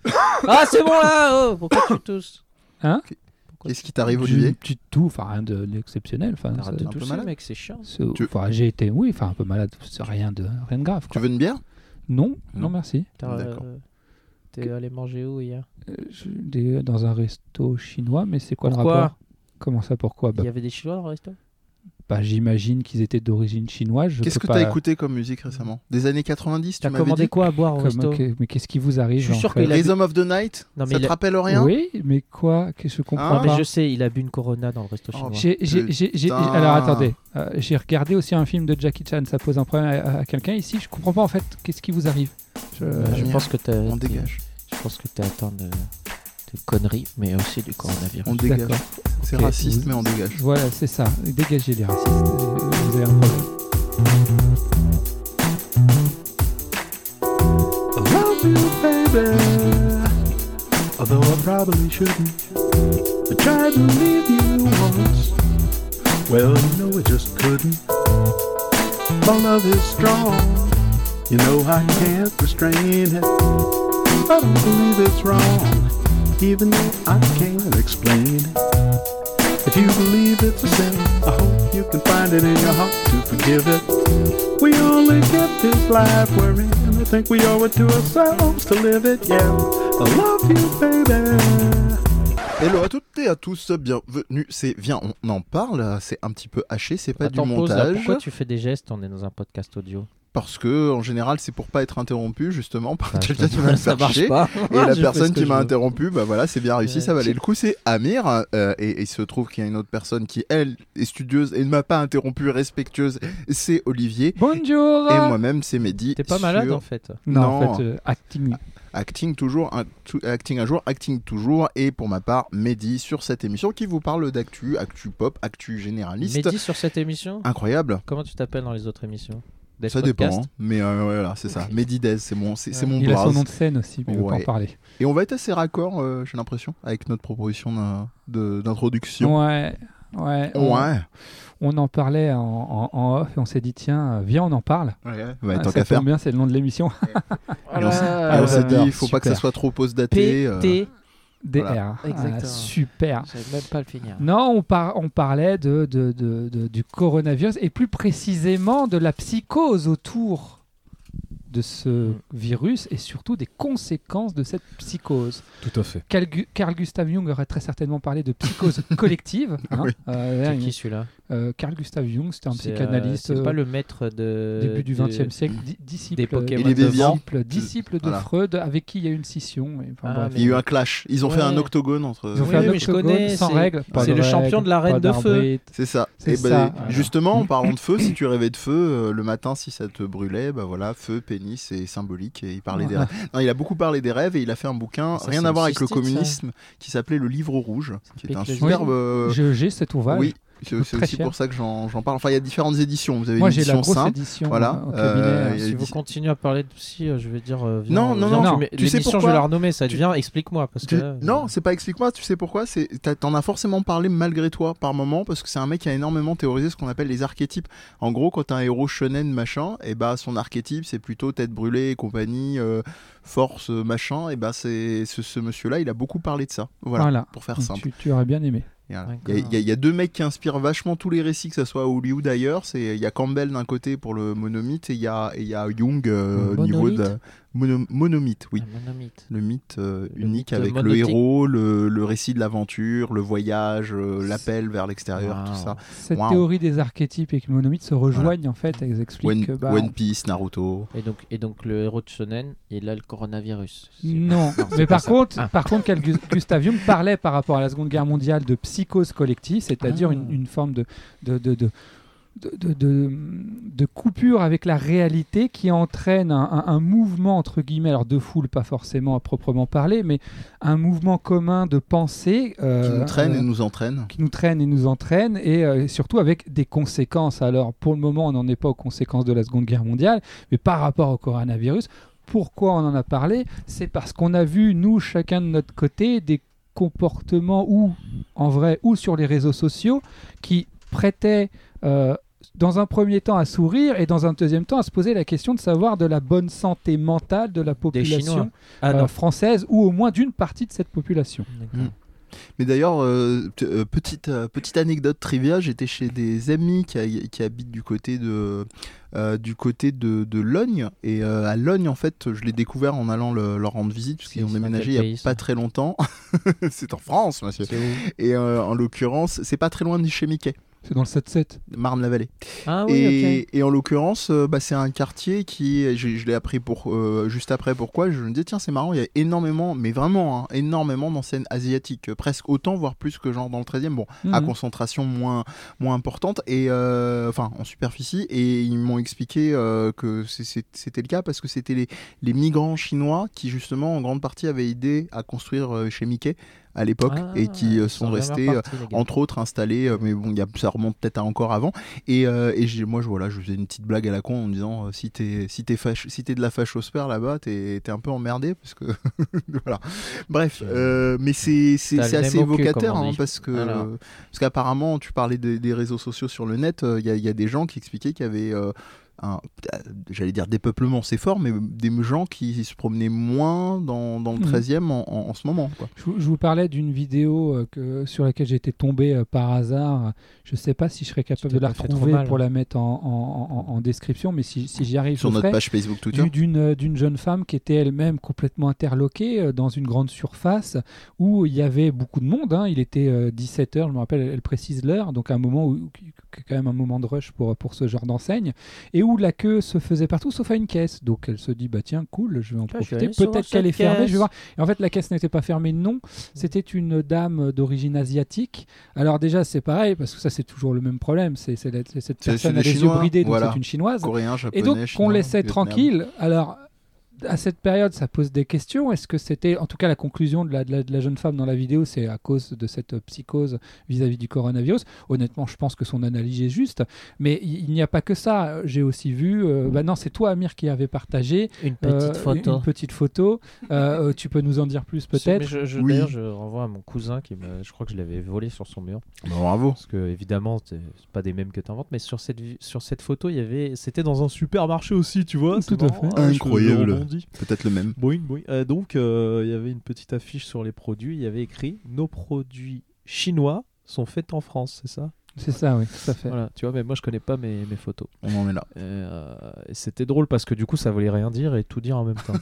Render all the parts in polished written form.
Ah, c'est bon là. Pourquoi tu tousses? Hein? Qu'est-ce qui t'arrive, Olivier? Une petite toux, enfin rien d'exceptionnel. Arrête de un peu tousser, malade. mec, c'est chiant. J'ai été, un peu malade. C'est rien de grave. Tu Quoi. veux une bière? Non, merci. D'accord. T'es allé manger où hier? Dans un resto chinois, mais c'est quoi le Pourquoi? rapport? Comment ça, pourquoi? Il y avait des Chinois dans le resto? J'imagine qu'ils étaient d'origine chinoise. Qu'est-ce que t'as écouté comme musique récemment? Des années 90, tu T'as m'avais commandé dit? quoi à boire au resto? Mais qu'est-ce qui vous arrive? Je suis sûr en fait qu'il a Rhythm of the Night? Non, mais Ça te rappelle rien? Oui, mais quoi? Que je comprends Non, mais pas. je sais, il a bu une Corona dans le resto chinois. Alors attendez, j'ai regardé aussi un film de Jackie Chan. Ça pose un problème à quelqu'un ici. Je comprends pas en fait. Qu'est-ce qui vous arrive? Je pense que On dégage. Je pense que t'es atteint de conneries, mais aussi du coronavirus. On dégage. D'accord. C'est Ok, raciste, mais on dégage. Voilà, c'est ça. Dégagez les racistes. Vous avez un problème. I love you, baby. Although I probably shouldn't. I tried to leave you once. Well, you know I just couldn't. My love is strong. You know I can't restrain it. I don't believe it's wrong, even though I can't explain it. If you believe it's a sin, I hope you can find it in your heart to forgive it. We only get this life we're in. I think we owe it to ourselves to live it, yeah. I love you, baby. Hello à toutes et à tous, bienvenue. Viens, on en parle. C'est un petit peu haché, c'est pas Attends, du pause, là. montage. Pourquoi tu fais des gestes? On est dans un podcast audio. Parce que en général, c'est pour pas être interrompu justement par Ah, quelqu'un qui va me ça faire marche chier. pas. Et la Je fais personne ce que qui je m'a veux. interrompu, bah voilà, c'est bien réussi, ça valait le coup. C'est Amir, et il se trouve qu'il y a une autre personne qui, elle, est studieuse et ne m'a pas interrompu, respectueuse. C'est Olivier. Bonjour. Et moi-même, c'est Mehdi. T'es pas malade en fait? Non, Non. en fait, acting. Acting toujours, acting un jour, acting toujours. Et pour ma part, Mehdi sur cette émission qui vous parle d'actu, actu pop, actu généraliste. Mehdi sur cette émission? Incroyable. Comment tu t'appelles dans les autres émissions? Des Ça podcasts? dépend, hein. Mais voilà, c'est ça. Mehdi Dez, c'est mon Il a son blaze. nom de scène aussi, mais il veut pas en Ouais. parler. Et on va être assez raccord, j'ai l'impression, avec notre proposition d'introduction. Ouais. On en parlait en off et on s'est dit tiens, viens, on en parle. Ouais, tant Ça qu'à faire. tombe bien, c'est le nom de l'émission. Et on s'est dit, il faut pas que ça soit trop post-daté. PT. DR. Voilà. Exactement. Super. Je savais même pas le finir. Non, on parlait du coronavirus et plus précisément de la psychose autour de ce virus et surtout des conséquences de cette psychose. Tout à fait. Carl Gustav Jung aurait très certainement parlé de psychose collective. Oui. C'est qui celui-là? Carl Gustav Jung, c'était un C'est, psychanalyste c'est pas le maître de début du XXe siècle, disciple, des Pokémon Il est vivant. disciple de Voilà. Freud, avec qui il y a eu une scission. Et, enfin, Ah, bref. Il y a eu un clash. Ils ont fait un octogone entre. Ils ont Oui, fait un mais je octogone connais, sans c'est- règles. pas c'est de le règles, champion de la pas reine de feu. d'arbitre. C'est ça. C'est Et ça, voilà. justement, en parlant de feu, si tu rêvais de feu, le matin, si ça te brûlait, bah voilà, feu, pénis, c'est symbolique. Et il parlait des rêves. Non, il a beaucoup parlé des rêves et il a fait un bouquin, Ça, rien c'est à voir une avec le cystite, ça. communisme, qui s'appelait Le Livre Rouge, qui est pique un les superbe. J'ai cet ouvrage. Oui, c'est coûte c'est très aussi cher. pour ça que j'en parle. Enfin, il y a différentes éditions. Vous avez Moi, une j'ai la édition grosse simple. édition Voilà, au cabinet. il y a Si des- vous continuez à parler de psy, je vais dire. Non, non, tu sais l'émission, je pourquoi vais la renommer. Ça devient. Explique-moi. Parce que là, Non, c'est pas explique-moi, tu sais pourquoi? T'en as forcément parlé malgré toi par moment, parce que c'est un mec qui a énormément théorisé ce qu'on appelle les archétypes. En gros, quand t'as un héros shonen machin, et bah son archétype c'est plutôt tête brûlée et compagnie, force machin, et bah c'est ce monsieur-là, il a beaucoup parlé de ça. Voilà. Pour faire Donc, simple. tu aurais bien aimé. Et voilà. D'accord. Il y a deux mecs qui inspirent vachement tous les récits, que ce soit à Hollywood d'ailleurs. Il y a Campbell d'un côté pour le monomythe et il y a Jung au niveau de monomythe, oui. Monomythe. Le mythe unique mythe avec le monotype. héros, le récit de l'aventure, le voyage, l'appel vers l'extérieur, tout ça. Cette Wow. théorie des archétypes et que monomythes se rejoignent en fait. Elles expliquent que One Piece, Naruto. Et donc le héros de Shonen, il a le coronavirus. Non, c'est mais pas par ça. contre, Ah. par contre, Carl Gustav Jung parlait par rapport à la Seconde Guerre mondiale de psychose collective, c'est-à-dire une forme de coupure avec la réalité qui entraîne un mouvement entre guillemets, alors de foule pas forcément à proprement parler, mais un mouvement commun de pensée Qui nous traîne et nous entraîne. qui nous traîne et nous entraîne, et surtout avec des conséquences. Alors pour le moment on n'en est pas aux conséquences de la Seconde Guerre mondiale, mais par rapport au coronavirus, pourquoi on en a parlé? C'est parce qu'on a vu, nous, chacun de notre côté, des comportements ou en vrai ou sur les réseaux sociaux qui prêtaient dans un premier temps à sourire et dans un deuxième temps à se poser la question de savoir de la bonne santé mentale de la population française ou au moins d'une partie de cette population. Mais d'ailleurs, petite anecdote trivia, j'étais chez des amis qui habitent du côté de Logne, et à Logne en fait je l'ai découvert en allant leur rendre visite parce qu'ils ont déménagé il n'y a pas très longtemps. C'est en France, monsieur. Et en l'occurrence c'est pas très loin de chez Mickey. C'est dans le 7-7. Marne-la-Vallée. Ah oui, et en l'occurrence, c'est un quartier qui, je l'ai appris juste après pourquoi, je me disais tiens c'est marrant, il y a énormément, mais vraiment énormément d'enseignes asiatiques, presque autant, voire plus que genre dans le 13e, à concentration moins importante, et enfin en superficie, et ils m'ont expliqué que c'était le cas parce que c'était les migrants chinois qui justement en grande partie avaient aidé à construire chez Mickey à l'époque, et qui sont restés entre autres installés, mais bon ça remonte peut-être à encore avant, et moi je faisais une petite blague à la con en me disant si t'es de la fachosphère là-bas t'es un peu emmerdé parce que voilà, bref, mais c'est assez évocateur, parce qu'apparemment tu parlais des réseaux sociaux sur le net, il y a des gens qui expliquaient qu'il y avait j'allais dire dépeuplement, c'est fort, mais des gens qui se promenaient moins dans le 13e en ce moment, quoi. Je vous parlais d'une vidéo sur laquelle j'ai été tombé par hasard. Je ne sais pas si je serais capable de la retrouver pour la mettre en description, mais si j'y arrive, sur notre page Facebook Twitter, d'une jeune femme qui était elle-même complètement interloquée dans une grande surface où il y avait beaucoup de monde, hein. Il était 17h, je me rappelle, elle précise l'heure, donc un moment quand même un moment de rush pour ce genre d'enseigne, et où la queue se faisait partout sauf à une caisse. Donc elle se dit bah tiens cool, je vais en profiter, peut-être qu'elle est fermée, je vais voir. Et en fait la caisse n'était pas fermée, non, c'était une dame d'origine asiatique. Alors déjà c'est pareil parce que ça c'est toujours le même problème, c'est cette personne a les yeux bridés, donc c'est une chinoise, coréen, japonais, et donc chinois, qu'on laissait Vietnam. tranquille. Alors à cette période, ça pose des questions. Est-ce que c'était, en tout cas, la conclusion de la jeune femme dans la vidéo, c'est à cause de cette psychose vis-à-vis du coronavirus? Honnêtement, je pense que son analyse est juste, mais il n'y a pas que ça. J'ai aussi vu, non, c'est toi, Amir, qui avait partagé une petite photo. Tu peux nous en dire plus, peut-être? D'ailleurs, je renvoie à mon cousin je crois que je l'avais volé sur son mur. Bravo. Parce que évidemment, c'est pas des mêmes que tu inventes, mais sur cette photo, c'était dans un supermarché aussi, tu vois. Tout à fait. Incroyable. Peut-être le même. Boing. Donc, il y avait une petite affiche sur les produits. Il y avait écrit « Nos produits chinois sont faits en France », c'est ça? C'est ça, oui, tout à fait. Voilà, tu vois, mais moi, je connais pas mes photos. On en est là. Et c'était drôle parce que du coup, ça voulait rien dire et tout dire en même temps.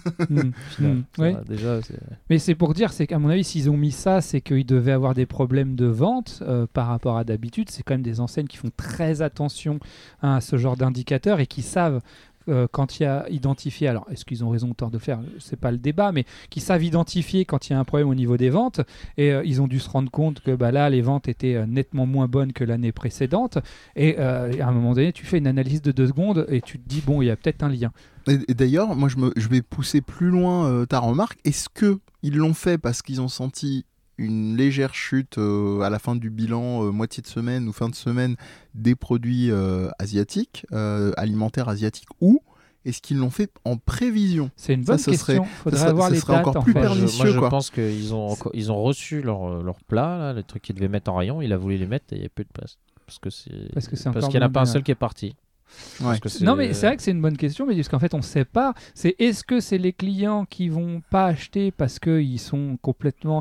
Oui. Déjà, mais c'est pour dire, c'est qu'à mon avis, s'ils ont mis ça, c'est qu'ils devaient avoir des problèmes de vente par rapport à d'habitude. C'est quand même des enseignes qui font très attention à ce genre d'indicateurs et qui savent quand il y a identifié, alors est-ce qu'ils ont raison ou tort de le faire, c'est pas le débat, mais qui savent identifier quand il y a un problème au niveau des ventes, et ils ont dû se rendre compte que là les ventes étaient nettement moins bonnes que l'année précédente, et à un moment donné tu fais une analyse de 2 secondes et tu te dis bon, il y a peut-être un lien. Et d'ailleurs moi je vais pousser plus loin ta remarque. Est-ce que ils l'ont fait parce qu'ils ont senti une légère chute à la fin du bilan, moitié de semaine ou fin de semaine, des produits asiatiques, alimentaires asiatiques, ou est-ce qu'ils l'ont fait en prévision? C'est une bonne question. Faudrait avoir les dates, encore plus pernicieux. Je pense qu'ils ont reçu leur plat, là, les trucs qu'ils devaient mettre en rayon, il a voulu les mettre et il n'y a plus de place. Parce qu'il n'y en a pas un seul qui est parti. Ouais. Non mais c'est vrai que c'est une bonne question, mais parce qu'en fait on ne sait pas, est-ce que c'est les clients qui vont pas acheter parce qu'ils sont complètement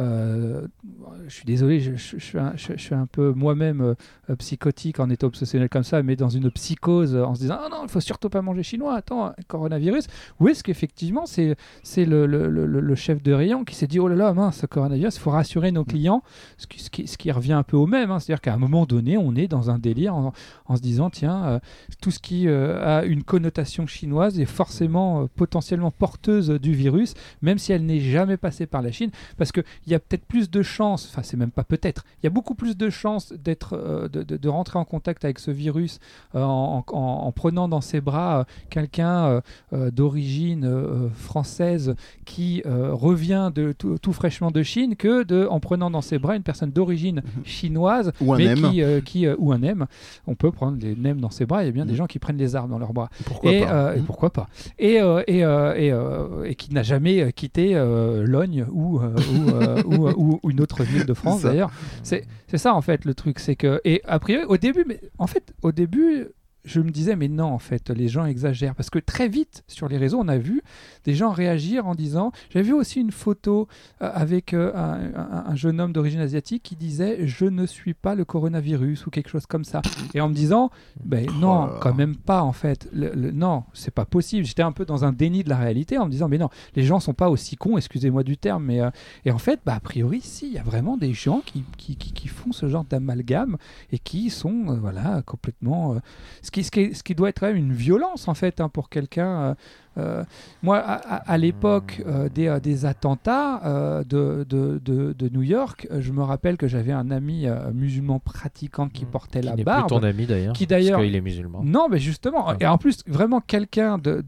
je suis désolé, je suis un peu moi-même psychotique en étant obsessionnel comme ça, mais dans une psychose en se disant non, il faut surtout pas manger chinois, attends, coronavirus, ou est-ce qu'effectivement c'est le chef de rayon qui s'est dit oh là là mince, coronavirus, il faut rassurer nos clients, ce qui revient un peu au même, hein. C'est-à-dire qu'à un moment donné on est dans un délire en se disant tiens, tout ce qui a une connotation chinoise est forcément potentiellement porteuse du virus, même si elle n'est jamais passée par la Chine, parce qu'il y a peut-être plus de chances, enfin c'est même pas peut-être, il y a beaucoup plus de chances de rentrer en contact avec ce virus en prenant dans ses bras quelqu'un d'origine française qui revient tout fraîchement de Chine que en prenant dans ses bras une personne d'origine chinoise, ou un mais M. ou un M. On peut prendre les nems dans ses bras. il y a bien des gens qui prennent les armes dans leurs bras. Pourquoi pas et pourquoi pas. Et qui n'a jamais quitté Logne ou une autre ville de France d'ailleurs. C'est ça en fait le truc, c'est que et a priori au début je me disais mais non en fait les gens exagèrent parce que très vite sur les réseaux on a vu des gens réagir en disant, j'ai vu aussi une photo avec un jeune homme d'origine asiatique qui disait je ne suis pas le coronavirus ou quelque chose comme ça et en me disant non quand même pas en fait non c'est pas possible, j'étais un peu dans un déni de la réalité en me disant mais non les gens sont pas aussi cons, excusez-moi du terme, mais et en fait a priori si il y a vraiment des gens qui font ce genre d'amalgame et qui sont complètement ce qui doit être quand même une violence en fait pour quelqu'un. Moi, à l'époque des attentats de New York, je me rappelle que j'avais un ami musulman pratiquant qui portait la barbe. Plus ton ami d'ailleurs. Qui d'ailleurs, parce qu'il est musulman. Non, mais justement, et en plus vraiment quelqu'un de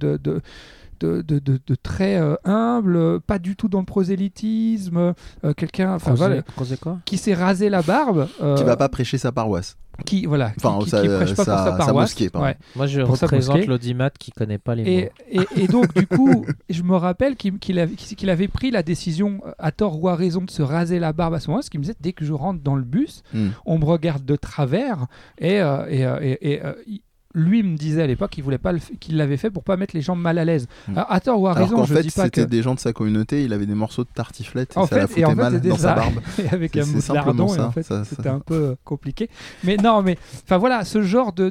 très humble, pas du tout dans le prosélytisme, quelqu'un qui s'est rasé la barbe. Qui va pas prêcher sa paroisse. Qui prêche pas pour sa paroisse. Sa mosquée, ouais. Moi je représente l'audimat qui connaît pas les mots. Et donc du coup je me rappelle qu'il avait pris la décision à tort ou à raison de se raser la barbe à ce moment-là, ce qui me disait dès que je rentre dans le bus on me regarde de travers et lui me disait à l'époque qu'il l'avait fait pour pas mettre les gens mal à l'aise. À tort ou à raison, je dis pas que c'était des gens de sa communauté, il avait des morceaux de tartiflette et ça la foutait mal dans sa barbe. Et avec un bout de lardon, et en fait c'était un peu compliqué. Mais non, mais enfin voilà, ce genre de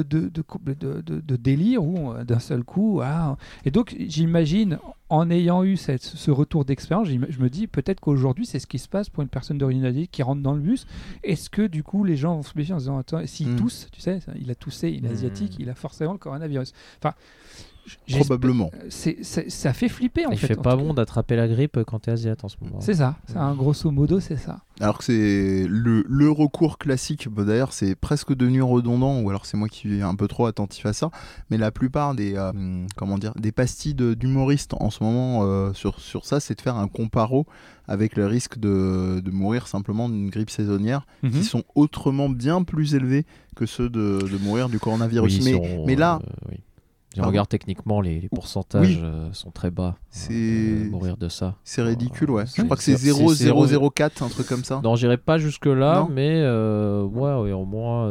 délire où d'un seul coup, et donc j'imagine en ayant eu ce retour d'expérience, je me dis peut-être qu'aujourd'hui c'est ce qui se passe pour une personne d'origine asiatique qui rentre dans le bus. Est-ce que du coup les gens vont se méfier en se disant attends, s'il tousse, tu sais, il a toussé, il est asiatique, il a forcément le coronavirus. Enfin, probablement. Ça fait flipper en fait. Il fait pas bon d'attraper la grippe quand t'es asiate en ce moment. C'est ça, grosso modo c'est ça. Alors que c'est le recours classique, d'ailleurs c'est presque devenu redondant, ou alors c'est moi qui suis un peu trop attentif à ça, mais la plupart des pastilles d'humoristes en ce moment sur ça, c'est de faire un comparo avec le risque de mourir simplement d'une grippe saisonnière, qui sont autrement bien plus élevés que ceux de mourir du coronavirus. Mais là... Si on regarde techniquement, les pourcentages sont très bas. Mourir de ça. C'est ridicule, ouais. Je crois que c'est 0,004, un truc comme ça. Non, j'irai pas jusque-là, mais au moins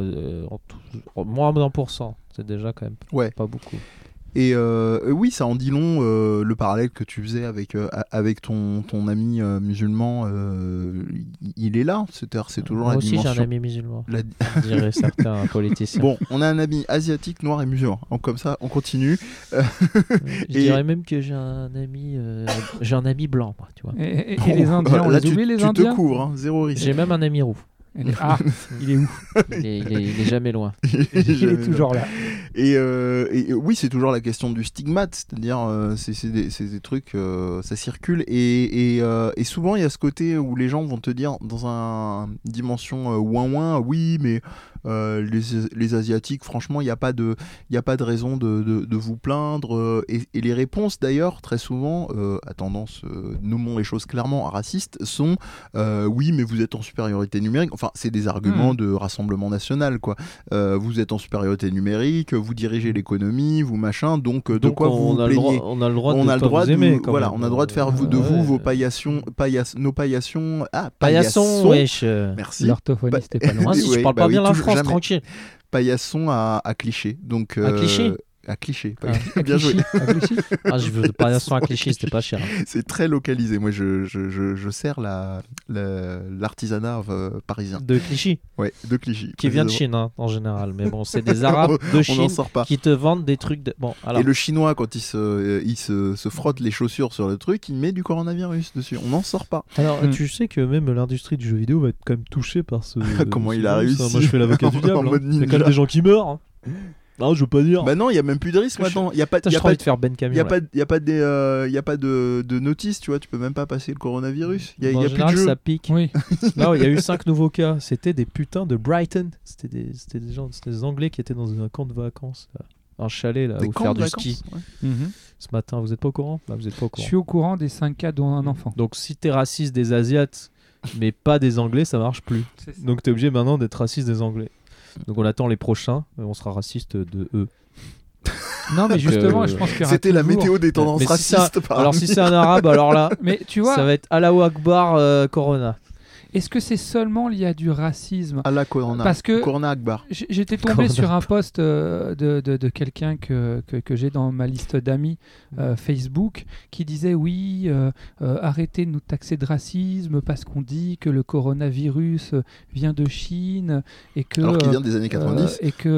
d'1%. C'est déjà quand même pas beaucoup. Et oui, ça en dit long, le parallèle que tu faisais avec ton ami musulman, il est là. C'est toujours moi la aussi, dimension. j'ai un ami musulman, diraient certains politiciens. Bon, on a un ami asiatique, noir et musulman. Donc, comme ça, on continue. Je dirais même que j'ai un ami blanc, moi, tu vois. Et les Indiens, on les oublie, les Indiens. Tu te couvres, zéro risque. J'ai même un ami roux. Il est où? Il est jamais loin. Il est toujours là. Et oui, c'est toujours la question du stigmate, c'est-à-dire c'est des trucs, ça circule et souvent il y a ce côté où les gens vont te dire dans une dimension ouin-ouin, oui mais les Asiatiques, franchement il n'y a pas de raison de vous plaindre, et les réponses d'ailleurs très souvent à tendance, nommons les choses clairement, racistes, sont oui mais vous êtes en supériorité numérique, enfin c'est des arguments de Rassemblement National quoi, vous êtes en supériorité numérique, vous dirigez l'économie, vous machin, donc de quoi vous vous plaignez. On a le droit de pas vous aimer. Voilà, on a le droit de faire de vous vos paillassons, nos paillassons. Paillassons, wesh. Merci. L'orthophonie, c'était pas loin. Si je parle pas bien la France, tranquille. Paillassons à Cliché. Donc, à Cliché. À Clichy. Bien joué. Je veux pas un à Clichy, c'était pas cher. C'est très localisé. Moi, je sers l'artisanat parisien. De Clichy. Ouais, de Clichy. Qui vient de Chine, en général. Mais bon, c'est des Arabes de Chine qui te vendent des trucs. Bon, alors... Et le Chinois, quand il se frotte les chaussures sur le truc, il met du coronavirus dessus. On n'en sort pas. Alors, tu sais que même l'industrie du jeu vidéo va être quand même touchée par ce. Comment il a réussi. Moi, je fais l'avocat du diable. Il y a quand même des gens qui meurent. Non, je veux pas dire. Bah non, il y a même plus de risque maintenant. Il y a pas de notice, tu vois, tu peux même pas passer le coronavirus. Il y a plus de jeu. Ça pique. Oui. Là, il y a eu 5 nouveaux cas. C'était des putains de Brighton. C'était des Anglais qui étaient dans un camp de vacances, un chalet là, où faire du ski. Ce matin, vous êtes pas au courant? Vous êtes pas au courant. Je suis au courant des 5 cas dont un enfant. Donc si t'es raciste des Asiates, mais pas des Anglais, ça marche plus. Donc t'es obligé maintenant d'être raciste des Anglais. Donc on attend les prochains, on sera raciste de eux. Non, mais justement, je pense qu'il y aura c'était la toujours... météo des tendances racistes. Alors si c'est un arabe, alors là, mais tu vois, ça va être Allahu Akbar Corona. Est-ce que c'est seulement lié à du racisme ? À la Corona. Parce que Corona Akbar. j'étais tombé sur un post de quelqu'un que j'ai dans ma liste d'amis Facebook qui disait oui, arrêtez de nous taxer de racisme parce qu'on dit que le coronavirus vient de Chine et que alors qu'il vient des années 90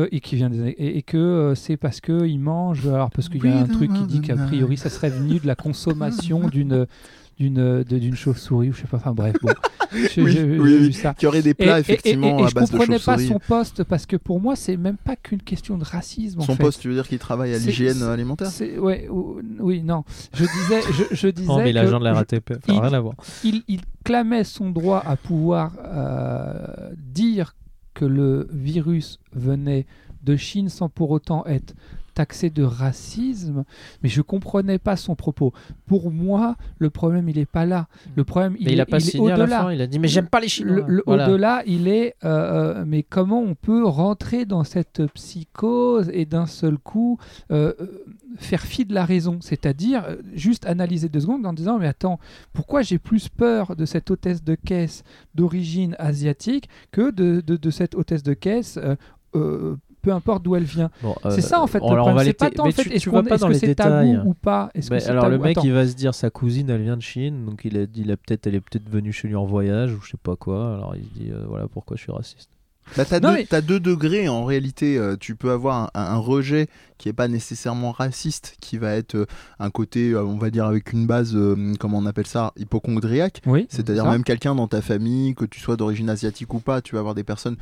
et que c'est parce qu'il mange, alors parce qu'il y a un truc qui dit qu'a priori ça serait venu de la consommation d'une chauve-souris ou je sais pas, enfin bref, bon. J'ai vu ça. Qui aurait des plats effectivement et à je base de comprenais chauve-souris. pas son poste parce que pour moi c'est même pas qu'une question de racisme. Son en fait. poste, tu veux dire qu'il travaille à l'hygiène alimentaire? Oui, non. Je disais non, mais que l'agent de la RATP, rien à voir. Il clamait son droit à pouvoir dire que le virus venait de Chine sans pour autant être taxé de racisme, mais je comprenais pas son propos. Pour moi, le problème il est pas là. Le problème il a pas signé à la fin. Il a dit mais j'aime pas les Chinois. Voilà. Au-delà, il est mais comment on peut rentrer dans cette psychose et d'un seul coup faire fi de la raison, c'est-à-dire juste analyser 2 secondes en disant mais attends, pourquoi j'ai plus peur de cette hôtesse de caisse d'origine asiatique que de cette hôtesse de caisse peu importe d'où elle vient. Bon, c'est ça en fait le problème. C'est pas tant en fait est-ce que c'est tabou ou pas. Alors le mec il va se dire sa cousine elle vient de Chine, donc elle est peut-être venue chez lui en voyage ou je sais pas quoi. Alors il se dit voilà pourquoi je suis raciste. Bah, t'as 2 degrés en réalité. Tu peux avoir un rejet qui est pas nécessairement raciste, qui va être un côté, on va dire avec une base, comment on appelle ça, hypocondriaque. Oui, c'est-à-dire même quelqu'un dans ta famille, que tu sois d'origine asiatique ou pas, tu vas avoir des personnes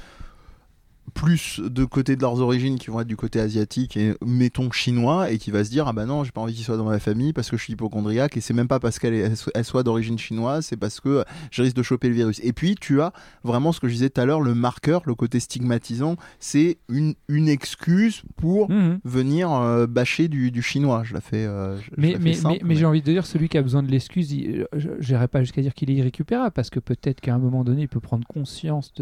plus de côté de leurs origines qui vont être du côté asiatique et mettons chinois et qui va se dire ah bah non j'ai pas envie qu'il soit dans ma famille parce que je suis hypocondriaque et c'est même pas parce qu'elle soit d'origine chinoise, c'est parce que je risque de choper le virus. Et puis tu as vraiment ce que je disais tout à l'heure, le marqueur, le côté stigmatisant, c'est une excuse pour venir bâcher du chinois. Je la fais mais j'ai envie de dire celui qui a besoin de l'excuse, j'irai pas jusqu'à dire qu'il est irrécupérable parce que peut-être qu'à un moment donné il peut prendre conscience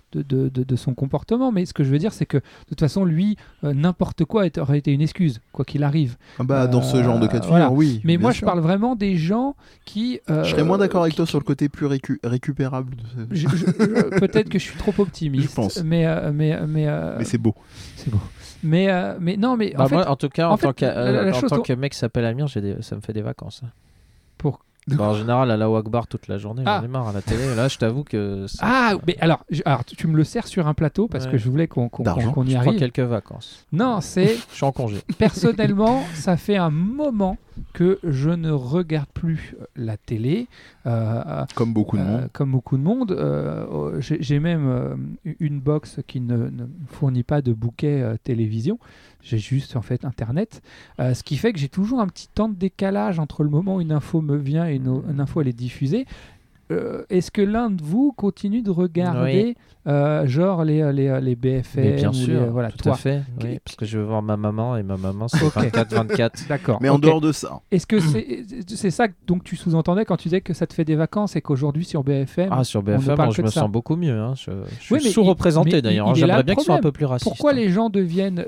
de son comportement, mais ce que je veux dire c'est que de toute façon lui n'importe quoi aurait été une excuse quoi qu'il arrive. Dans ce genre de cas de figure oui, mais moi sûr. Je parle vraiment des gens qui je serais moins d'accord avec toi sur le côté plus récupérable peut-être que je suis trop optimiste, je pense. Mais c'est beau, mais non mais en fait, moi en tout cas en tant que mec qui s'appelle Amir, ça me fait des vacances. Pour en général, Allahu Akbar toute la journée, j'en ai marre à la télé. Là, je t'avoue que. Mais alors, tu me le sers sur un plateau parce que je voulais qu'on y arrive. Je prends quelques vacances. Non, c'est. Je suis en congé. Personnellement, ça fait un moment que je ne regarde plus la télé. Comme beaucoup de monde. J'ai même une box qui ne fournit pas de bouquet télévision. J'ai juste en fait Internet. Ce qui fait que j'ai toujours un petit temps de décalage entre le moment où une info me vient et une info elle est diffusée. Est-ce que l'un de vous continue de regarder genre les BFM? Mais bien sûr, voilà, tout toi. à fait. Oui, parce que je veux voir ma maman et ma maman c'est 24/24. D'accord. Mais en dehors de ça. Est-ce que c'est ça donc tu sous-entendais quand tu disais que ça te fait des vacances et qu'aujourd'hui sur BFM sur BFM je me sens beaucoup mieux. Hein. Je suis sous-représenté d'ailleurs. J'aimerais bien qu'ils soient un peu plus racistes. Pourquoi les gens deviennent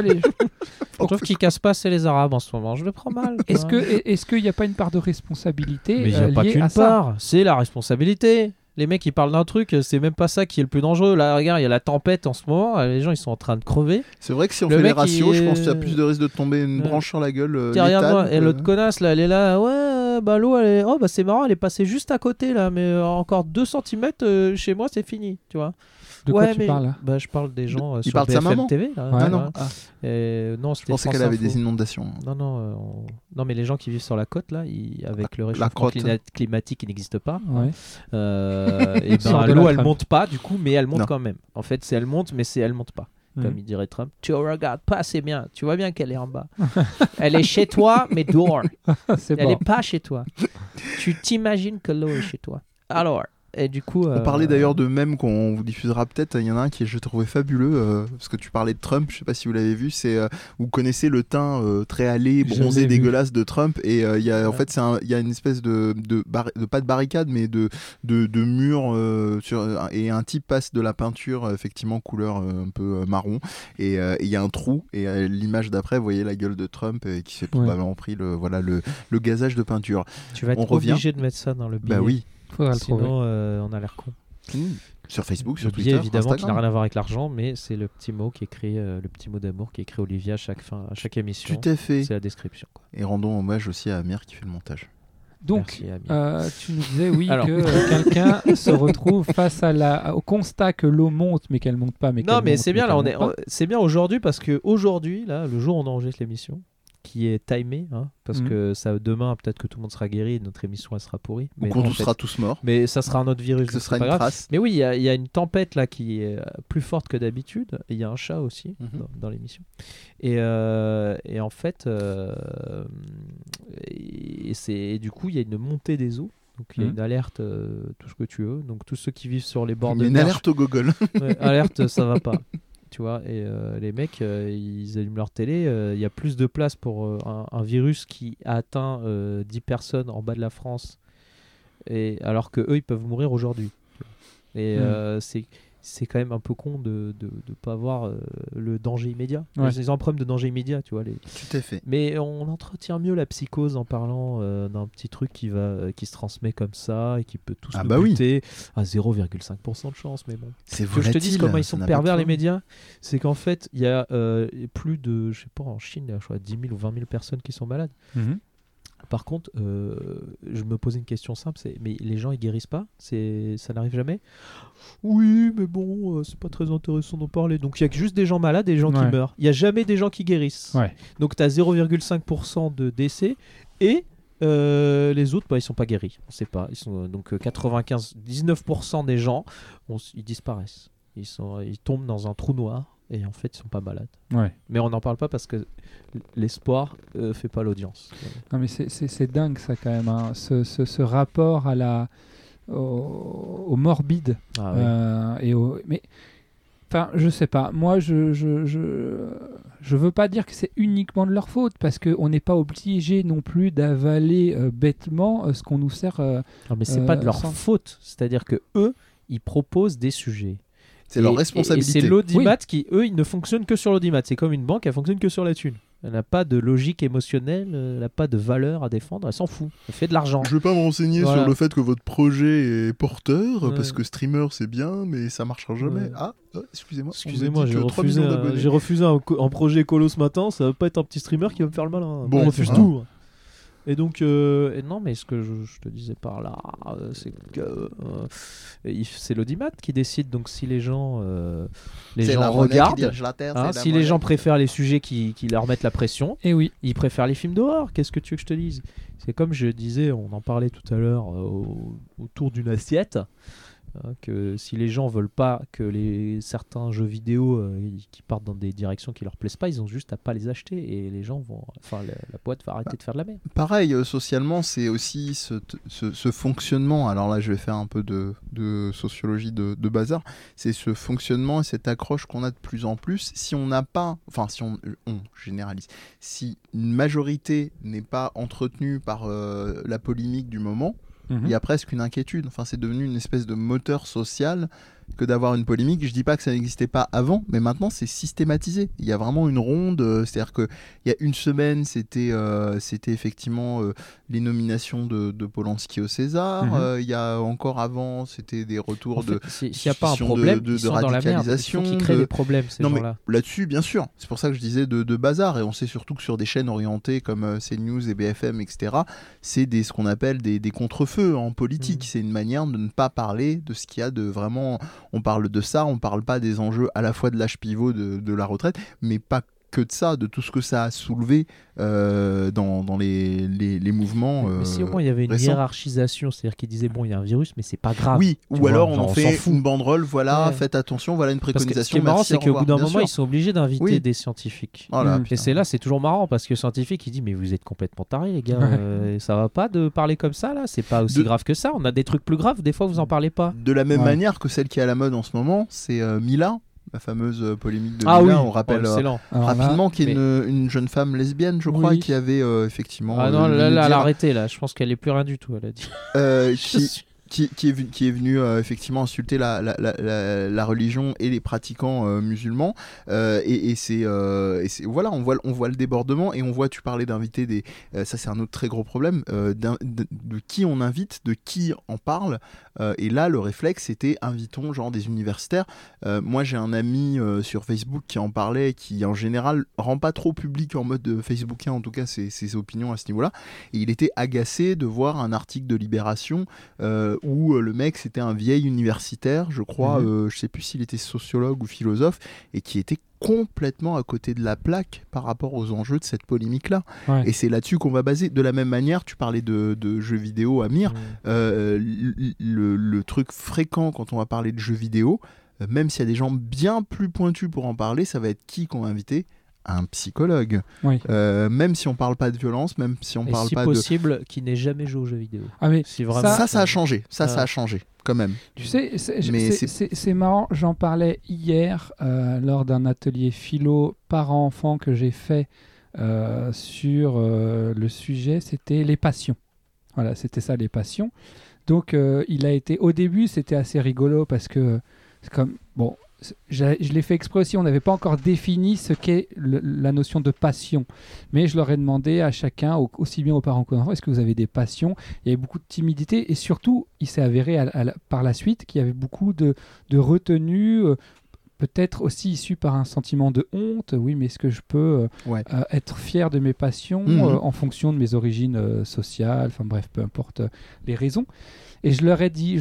Je trouve qu'ils cassent pas c'est les Arabes en ce moment. Je le prends mal. Est-ce qu'il n'y a pas une part de responsabilité mais il n'y a pas qu'une part. C'est la responsabilité. Les mecs ils parlent d'un truc, c'est même pas ça qui est le plus dangereux. Là regarde, il y a la tempête en ce moment, les gens ils sont en train de crever. C'est vrai que si on fait les ratios, je pense qu'il y a plus de risque de tomber une branche sur la gueule. Derrière moi, et l'autre connasse là, elle est là, l'eau elle est... c'est marrant, elle est passée juste à côté là, mais encore 2 cm chez moi c'est fini, tu vois. De quoi tu parles là? Je parle des gens sur BFM BFM TV. Là, non, je pensais qu'elle avait des inondations. Non, mais les gens qui vivent sur la côte là, avec le réchauffement climatique qui n'existe pas, et l'eau elle monte pas du coup, mais elle monte quand même. En fait, elle monte, mais elle monte pas. Comme il dirait Trump, tu regardes pas assez bien, tu vois bien qu'elle est en bas. Elle est chez toi, mais dehors. Elle est pas chez toi. Tu t'imagines que l'eau est chez toi. Alors, et du coup... On parlait d'ailleurs de mèmes qu'on vous diffusera peut-être. Il y en a un qui je trouvais fabuleux, parce que tu parlais de Trump, je sais pas si vous l'avez vu, c'est vous connaissez le teint très hâlé, bronzé, dégueulasse de Trump, et il y a en fait il y a une espèce de pas de barricade, mais de mur et un type passe de la peinture effectivement couleur un peu marron, et il y a un trou, et l'image d'après, vous voyez la gueule de Trump qui s'est probablement pris le gazage de peinture. Tu vas être obligé de mettre ça dans le billet. Bah oui. Sinon on a l'air con. Sur Facebook, sur le Twitter, billet, évidemment, Instagram. qui n'a rien à voir avec l'argent, mais c'est le petit mot qui écrit, le petit mot d'amour qui écrit Olivier à chaque émission. Tout à fait. C'est la description, quoi. Et rendons hommage aussi à Amir qui fait le montage. Donc, tu nous disais que quelqu'un se retrouve face au constat que l'eau monte, mais qu'elle monte pas. C'est bien là, c'est bien aujourd'hui, parce que aujourd'hui, là, le jour où on enregistre l'émission, qui est timé, parce que demain peut-être que tout le monde sera guéri, notre émission elle sera pourrie, ou qu'on sera tous morts, mais ça sera un autre virus, ce sera une trace. Mais oui, il y a une tempête là qui est plus forte que d'habitude, et il y a un chat aussi dans l'émission, et en fait et du coup il y a une montée des eaux. Donc il y a une alerte, tout ce que tu veux, donc tous ceux qui vivent sur les bords de mer, une alerte au gogol. Alerte, ça va pas. Tu vois, et les mecs, ils allument leur télé. Il y a plus de place pour un virus qui a atteint 10 personnes en bas de la France, alors que eux, ils peuvent mourir aujourd'hui. Et c'est quand même un peu con de pas voir le danger immédiat. Ils ont un problème de danger immédiat, tu vois. Tout à fait. Mais on entretient mieux la psychose en parlant d'un petit truc qui se transmet comme ça et qui peut tous nous buter à 0,5% de chance. Mais bon. C'est volatile. Je te dis comment ils sont pervers, les médias. C'est qu'en fait, il y a plus de, je sais pas, en Chine, je crois, 10 000 ou 20 000 personnes qui sont malades. Par contre, je me posais une question simple, mais les gens ils guérissent pas, ça n'arrive jamais. Oui, mais bon, c'est pas très intéressant d'en parler. Donc il y a juste des gens malades et des gens qui meurent. Il y a jamais des gens qui guérissent. Donc tu as 0,5% de décès et les autres, ils sont pas guéris. On sait pas. Ils sont donc 19% des gens, ils disparaissent. Ils tombent dans un trou noir. Et en fait, ils sont pas malades. Mais on n'en parle pas parce que l'espoir fait pas l'audience. Non, mais c'est dingue ça quand même. Ce rapport au morbide. Mais enfin, je sais pas. Moi, je veux pas dire que c'est uniquement de leur faute parce qu'on n'est pas obligé non plus d'avaler bêtement ce qu'on nous sert. Non, mais c'est pas de leur faute. C'est-à-dire que eux, ils proposent des sujets. C'est leur responsabilité. Et c'est l'audimat qui, eux, ils ne fonctionnent que sur l'audimat. C'est comme une banque, elle fonctionne que sur la thune. Elle n'a pas de logique émotionnelle, elle n'a pas de valeur à défendre, elle s'en fout. Elle fait de l'argent. Je ne vais pas me renseigner sur le fait que votre projet est porteur, parce que streamer c'est bien, mais ça ne marchera jamais. Excusez-moi. Excusez-moi, j'ai refusé un projet écolo ce matin, ça ne va pas être un petit streamer qui va me faire le malin. Bon, on refuse tout. Et donc, non, mais ce que je te disais par là, c'est que c'est l'audimat qui décide. Donc, si les gens, regardent, si les gens préfèrent les sujets qui leur mettent la pression, ils préfèrent les films d'horreur. Qu'est-ce que tu veux que je te dise ? C'est comme je disais, on en parlait tout à l'heure autour d'une assiette. Que si les gens veulent pas que certains jeux vidéo qui partent dans des directions qui leur plaisent pas, ils ont juste à pas les acheter et les gens vont, la boîte va arrêter de faire de la merde. Pareil, socialement, c'est aussi ce fonctionnement. Alors là, je vais faire un peu de sociologie de bazar. C'est ce fonctionnement et cette accroche qu'on a de plus en plus. Si on n'a pas, si on généralise, si une majorité n'est pas entretenue par la polémique du moment. Il y a presque une inquiétude. Enfin, c'est devenu une espèce de moteur social que d'avoir une polémique. Je dis pas que ça n'existait pas avant, mais maintenant c'est systématisé. Il y a vraiment une ronde. C'est-à-dire qu'il y a une semaine, c'était effectivement les nominations de Polanski au César. Il y a encore avant, c'était des retours s'il n'y a pas un problème, de radicalisation. Il faut qu'ils créent des problèmes, ces gens-là. Là-dessus, bien sûr. C'est pour ça que je disais de bazar. Et on sait surtout que sur des chaînes orientées comme CNews et BFM, etc., c'est ce qu'on appelle des contre-feux en politique. C'est une manière de ne pas parler de ce qu'il y a de vraiment... On parle de ça, on parle pas des enjeux à la fois de l'âge pivot de la retraite, mais pas que de ça, de tout ce que ça a soulevé dans les mouvements. Mais si au moins il y avait une récents. hiérarchisation, c'est-à-dire qu'ils disaient bon, il y a un virus, mais c'est pas grave. Oui, ou vois, alors on genre, en on fait s'en fout. une banderole, voilà, Ouais. faites attention, voilà une Parce que ce qui préconisation. est marrant, merci, c'est au qu'au bout revoir. d'un Bien moment, sûr. ils sont obligés d'inviter Oui. des scientifiques. Voilà, Et c'est là, c'est toujours marrant parce que le scientifique, il dit mais vous êtes complètement tarés, les gars. Ça va pas de parler comme ça là. C'est pas aussi grave que ça. On a des trucs plus graves. Des fois, vous en parlez pas. De la même manière que celle qui est à la mode en ce moment, c'est Mila, la fameuse polémique de Ah Mila. oui, On rappelle excellent. rapidement qu'il y a mais- une jeune femme lesbienne, je crois, Oui. qui avait effectivement. Ah non, le là, elle a dire, arrêté là. Je pense qu'elle est plus rien du tout. Elle a dit. qui est venu effectivement insulter la religion et les pratiquants musulmans et c'est voilà, on voit le débordement et on voit, tu parlais d'inviter ça c'est un autre très gros problème, de qui on invite, de qui en parle, et là le réflexe c'était invitons genre des universitaires. Moi j'ai un ami sur Facebook qui en parlait, qui en général rend pas trop public en mode facebookien en tout cas ses opinions à ce niveau là, et il était agacé de voir un article de Libération où le mec c'était un vieil universitaire, je crois, je sais plus s'il était sociologue ou philosophe, et qui était complètement à côté de la plaque par rapport aux enjeux de cette polémique-là. Ouais. Et c'est là-dessus qu'on va baser. De la même manière, tu parlais de jeux vidéo, Amir, le truc fréquent quand on va parler de jeux vidéo, même s'il y a des gens bien plus pointus pour en parler, ça va être qui qu'on va inviter ? Un psychologue. Oui. Même si on parle pas de violence, même si on parle si pas possible, qui n'ait jamais joué aux jeux vidéo. Ah mais si vraiment ça a changé. Ça a changé quand même. Tu sais, c'est marrant. J'en parlais hier lors d'un atelier philo parents-enfants que j'ai fait sur le sujet. C'était les passions. Voilà, c'était ça, les passions. Donc, il a été. Au début, c'était assez rigolo parce que c'est comme bon. Je l'ai fait exprès aussi, on n'avait pas encore défini ce qu'est la notion de passion. Mais je leur ai demandé à chacun, aussi bien aux parents qu'aux enfants, est-ce que vous avez des passions ? Il y avait beaucoup de timidité et surtout, il s'est avéré par la suite qu'il y avait beaucoup de retenue, peut-être aussi issu par un sentiment de honte. Oui, mais est-ce que je peux être fier de mes passions en fonction de mes origines sociales ? Enfin bref, peu importe les raisons. Et je leur ai dit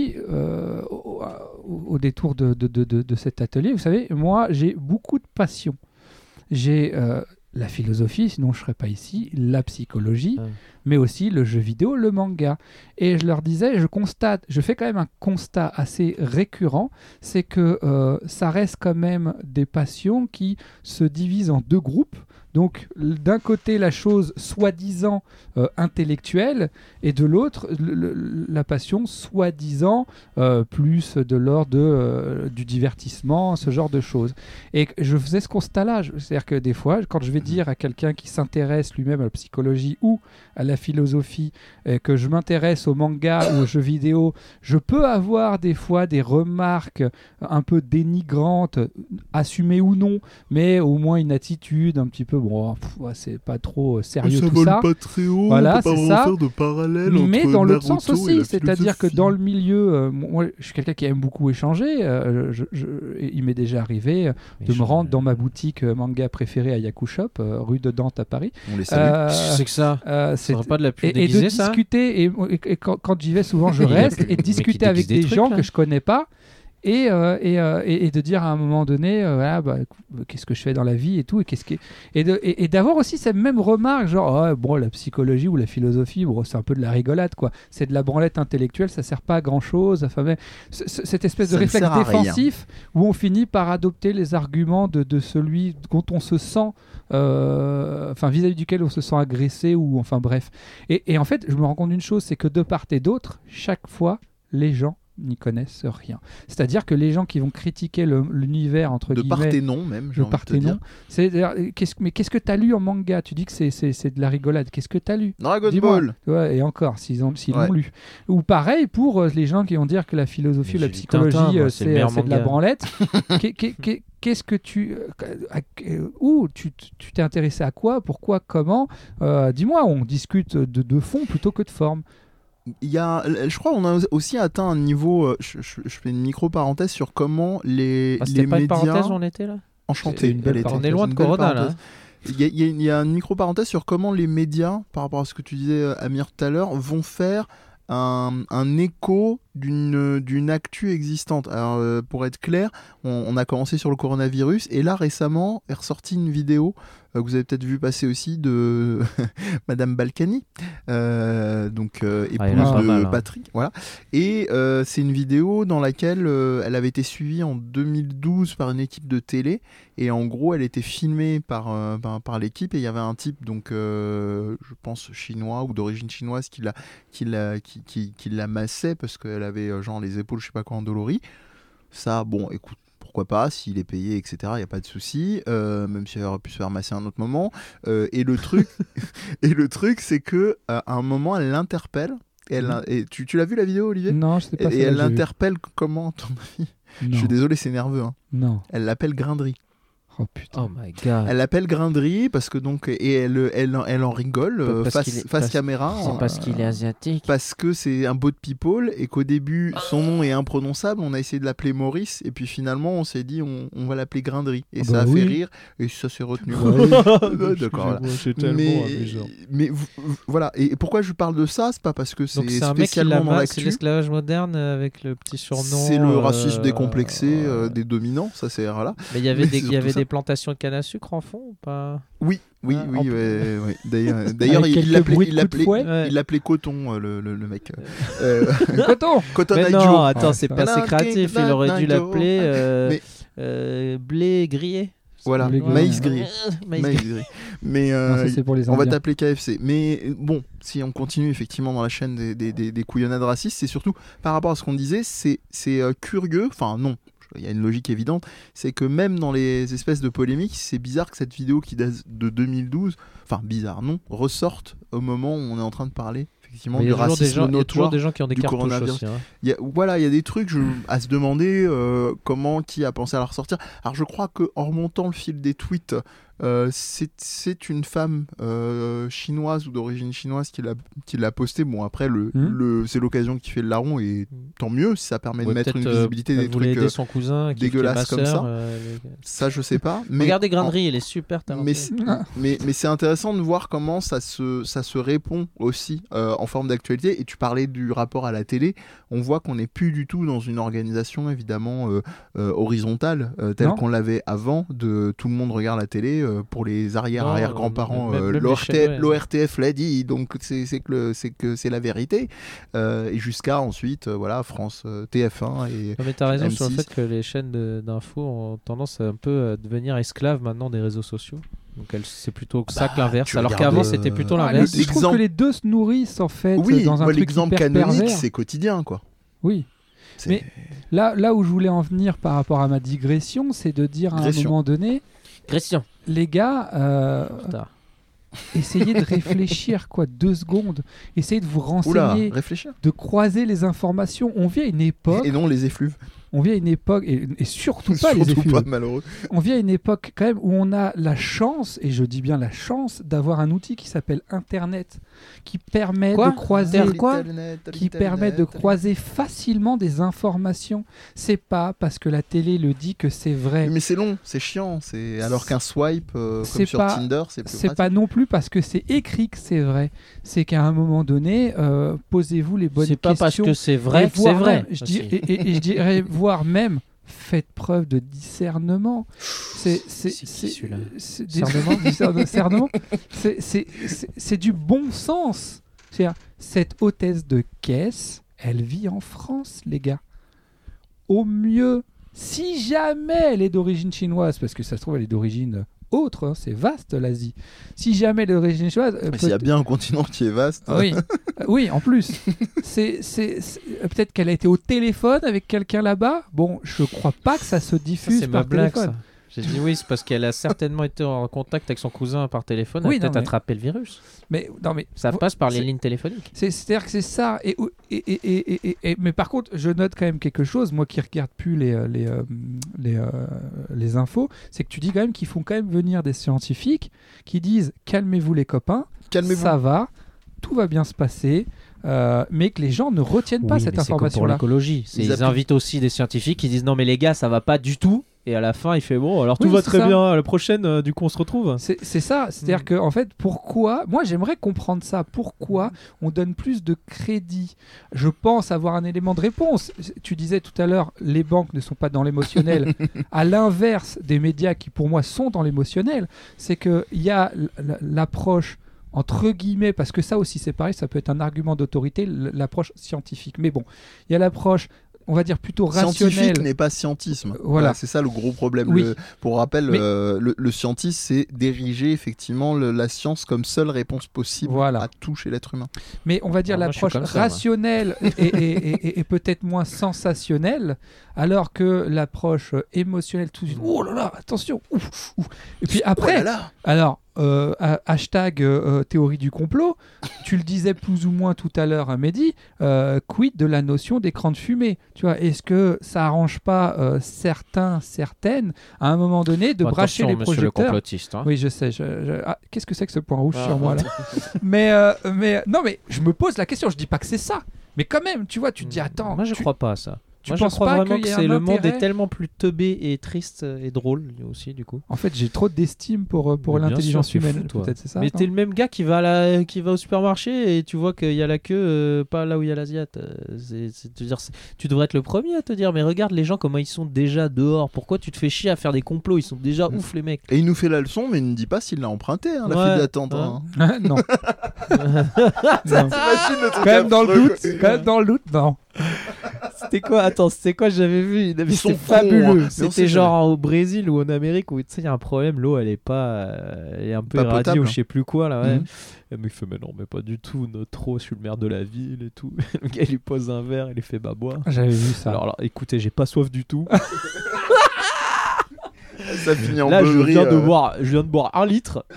au détour de cet atelier, vous savez, moi j'ai beaucoup de passions. J'ai la philosophie, sinon je ne serais pas ici, la psychologie, mais aussi le jeu vidéo, le manga. Et je leur disais, je fais quand même un constat assez récurrent, c'est que ça reste quand même des passions qui se divisent en deux groupes. Donc, d'un côté, la chose soi-disant intellectuelle, et de l'autre, la passion soi-disant plus de l'ordre du divertissement, ce genre de choses. Et je faisais ce constat-là. C'est-à-dire que des fois, quand je vais dire à quelqu'un qui s'intéresse lui-même à la psychologie ou à la philosophie, que je m'intéresse au manga ou aux jeux vidéo, je peux avoir des fois des remarques un peu dénigrantes, assumées ou non, mais au moins une attitude un petit peu c'est pas trop sérieux tout ça. Pas très haut, voilà, on peut c'est pas ça. Faire de parallèle mais entre dans l'autre Naruto sens aussi, c'est-à-dire que dans le milieu, milieu, moi je suis quelqu'un qui aime beaucoup échanger. Il m'est déjà arrivé de me rendre dans ma boutique manga préférée à Yakushop, rue de Dante à Paris. On les salue. C'est que ça. C'est pas de la pub et déguisée, de ça. Et quand j'y vais souvent, je reste et de discuter avec des gens que je connais pas. Et de dire à un moment donné qu'est-ce que je fais dans la vie et tout, et d'avoir aussi cette même remarque genre la psychologie ou la philosophie, c'est un peu de la rigolade quoi, c'est de la branlette intellectuelle, ça sert pas à grand chose. Enfin, mais cette espèce de réflexe défensif où on finit par adopter les arguments de celui dont on se sent vis-à-vis duquel on se sent agressé, ou enfin bref, et en fait je me rends compte d'une chose, c'est que de part et d'autre, chaque fois les gens n'y connaissent rien. C'est-à-dire que les gens qui vont critiquer l'univers, entre guillemets... De part et non, même, j'ai envie de te dire. Mais qu'est-ce que tu as lu en manga ? Tu dis que c'est de la rigolade. Qu'est-ce que tu as lu ? Dragon Ball. Ouais, et encore, s'ils l'ont lu. Ou pareil pour les gens qui vont dire que la philosophie ou la psychologie, c'est de la branlette. Qu'est-ce que où tu t'es intéressé à quoi ? Pourquoi ? Comment ? Dis-moi, on discute de fond plutôt que de forme. Je crois qu'on a aussi atteint un niveau. Je fais une micro-parenthèse sur comment les pas médias. Une parenthèse, on était là. Enchanté. On est loin de Corona là. Il y a une micro-parenthèse sur comment les médias, par rapport à ce que tu disais, Amir, tout à l'heure, vont faire un écho d'une actu existante. Alors, pour être clair, on a commencé sur le coronavirus et là récemment est ressortie une vidéo que vous avez peut-être vu passer aussi de Madame Balkany, épouse de Patrick. Voilà. Et c'est une vidéo dans laquelle elle avait été suivie en 2012 par une équipe de télé et en gros elle était filmée par l'équipe et il y avait un type donc je pense chinois ou d'origine chinoise qui la massait parce qu'elle avait genre les épaules je sais pas quoi endolories. Ça bon écoute, pourquoi pas, s'il est payé, etc., il n'y a pas de souci, même si elle aurait pu se faire masser à un autre moment. Et le truc, c'est que à un moment, elle l'interpelle. Et tu l'as vu la vidéo, Olivier ? Non, je sais pas. Et elle l'interpelle comment, à ton avis ? Je suis désolé, c'est nerveux. Hein. Non. Elle l'appelle Grinderie. Oh putain. Oh my god. Elle l'appelle Grinderie parce que donc et elle en rigole face caméra. C'est parce qu'il est asiatique. Parce que c'est un beau de people et qu'au début son nom est imprononçable. On a essayé de l'appeler Maurice et puis finalement on s'est dit on va l'appeler Grinderie et ça a fait rire et ça s'est retenu. D'accord. Mais voilà. Et pourquoi je parle de ça ? C'est pas parce que c'est spécialement dans l'actu. C'est l'esclavage moderne avec le petit surnom. C'est le racisme décomplexé des dominants. Ça c'est voilà. Mais il y avait des plantations de canne à sucre en fond ou pas ? Oui. D'ailleurs, il l'appelait Coton, le mec. Coton. Mais non, attends, c'est pas assez créatif. Il aurait dû l'appeler blé grillé. Voilà, maïs grillé. Mais ça, c'est pour les on va t'appeler KFC. Mais bon, si on continue effectivement dans la chaîne des couillonnades racistes, c'est surtout par rapport à ce qu'on disait, c'est curieux. Enfin non. Il y a une logique évidente, c'est que même dans les espèces de polémiques, c'est bizarre que cette vidéo qui date de 2012, enfin bizarre non, ressorte au moment où on est en train de parler effectivement du racisme notoire. Il y a toujours des gens qui ont des cartouches aussi. Hein. Il y a des trucs à se demander qui a pensé à la ressortir. Alors je crois qu'en remontant le fil des tweets, c'est une femme chinoise ou d'origine chinoise qui l'a posté. Bon après c'est l'occasion qui fait le larron et tant mieux si ça permet de mettre une visibilité des trucs aider son cousin dégueulasses comme ça. Ça je sais pas. Mais regardez Grinderie, elle est super talentueuse. Mais c'est intéressant de voir comment ça se répond aussi en forme d'actualité. Et tu parlais du rapport à la télé. On voit qu'on n'est plus du tout dans une organisation évidemment horizontale telle qu'on l'avait avant. De tout le monde regarde la télé. Pour les arrière-grands-parents, l'ORTF l'a dit, donc c'est la vérité. Et jusqu'à ensuite, France, TF1 et mais t'as raison M6. sur le fait que les chaînes d'infos ont tendance un peu à devenir esclaves maintenant des réseaux sociaux. Donc c'est plutôt ça que l'inverse. Alors qu'avant c'était plutôt l'inverse. Je trouve que les deux se nourrissent en fait dans un truc l'exemple hyper canonique, pervers. c'est quotidien quoi. Oui. Mais là où je voulais en venir par rapport à ma digression, c'est de dire à un moment donné. Les gars, essayez de réfléchir 2 secondes. Essayez de vous renseigner, de croiser les informations. On vit à une époque... Et non les effluves. On vit à une époque, et surtout pas les effluves. Malheureux. On vit à une époque quand même où on a la chance, et je dis bien la chance, d'avoir un outil qui s'appelle Internet, qui permet de croiser facilement des informations. C'est pas parce que la télé le dit que c'est vrai. Mais c'est long, c'est chiant. Alors qu'un swipe comme sur Tinder, c'est plus pratique. C'est pas non plus parce que c'est écrit que c'est vrai. C'est qu'à un moment donné, posez-vous les bonnes questions. C'est pas parce que c'est vrai que c'est vrai. Je dirais voire même faites preuve de discernement. Discernement. C'est du bon sens. C'est-à-dire, cette hôtesse de caisse, elle vit en France, les gars. Au mieux, si jamais elle est d'origine chinoise, parce que ça se trouve elle est d'origine autre, c'est vaste l'Asie. Si jamais elle est d'origine chinoise, s'il y a bien un continent qui est vaste. Oui, en plus. c'est peut-être qu'elle a été au téléphone avec quelqu'un là-bas. Bon, je crois pas que ça se diffuse par téléphone. J'ai dit oui, c'est parce qu'elle a certainement été en contact avec son cousin par téléphone. Elle a peut-être attrapé le virus. Mais ça passe par les lignes téléphoniques. C'est-à-dire que c'est ça. Mais par contre, je note quand même quelque chose. Moi qui regarde plus les infos, c'est que tu dis quand même qu'ils font quand même venir des scientifiques qui disent calmez-vous les copains, ça va, tout va bien se passer. Mais que les gens ne retiennent pas cette information-là. C'est comme pour l'écologie. Ils invitent aussi des scientifiques qui disent non mais les gars ça va pas du tout. Et à la fin, il fait bon, alors tout va très bien. À la prochaine, du coup, on se retrouve. C'est ça. C'est-à-dire que, en fait, pourquoi. Moi, j'aimerais comprendre ça. Pourquoi on donne plus de crédit ? Je pense avoir un élément de réponse. Tu disais tout à l'heure, les banques ne sont pas dans l'émotionnel. À l'inverse des médias qui, pour moi, sont dans l'émotionnel, c'est qu'il y a l'approche, entre guillemets, parce que ça aussi, c'est pareil, ça peut être un argument d'autorité, l'approche scientifique. Mais bon, il y a l'approche, on va dire plutôt rationnelle. Scientifique n'est pas scientisme. Voilà, c'est ça le gros problème. Oui. Pour rappel, le scientisme, c'est d'ériger effectivement la science comme seule réponse possible à tout chez l'être humain. Mais on va dire l'approche rationnelle et peut-être moins sensationnelle, alors que l'approche émotionnelle, tout de suite, oh là là, attention, ouf. Et puis après, alors, hashtag théorie du complot, tu le disais plus ou moins tout à l'heure à Mehdi, quid de la notion d'écran de fumée, tu vois, est-ce que ça arrange pas certaines à un moment donné de bracher les projecteurs, le complotiste, hein. Oui, je sais, qu'est-ce que c'est que ce point rouge sur moi là? mais non, mais je me pose la question, je dis pas que c'est ça, mais quand même, tu vois, tu te dis attends, moi je crois pas à ça. Moi, je crois vraiment que le monde est tellement plus teubé et triste et drôle aussi, du coup. En fait, j'ai trop d'estime pour l'intelligence humaine. Peut-être c'est ça. Mais t'es le même gars qui va au supermarché et tu vois qu'il y a la queue, pas là où il y a l'asiate. Tu devrais être le premier à te dire, mais regarde les gens comment ils sont déjà dehors. Pourquoi tu te fais chier à faire des complots? Ils sont déjà ouf les mecs. Et il nous fait la leçon, mais il ne dit pas s'il l'a emprunté, la file d'attente. Non. Quand même dans le doute, non. C'était quoi j'avais vu, c'était fabuleux. C'était genre au Brésil ou en Amérique où tu sais il y a un problème, l'eau elle est un peu irradiée ou je sais plus quoi là, ouais. Et le mec fait mais non mais pas du tout, notre eau, je suis le maire de la ville et tout. Le gars il lui pose un verre, il lui fait boire. J'avais vu ça. Alors là, écoutez, j'ai pas soif du tout. Ça finit en là beuverie, je viens de boire 1 litre.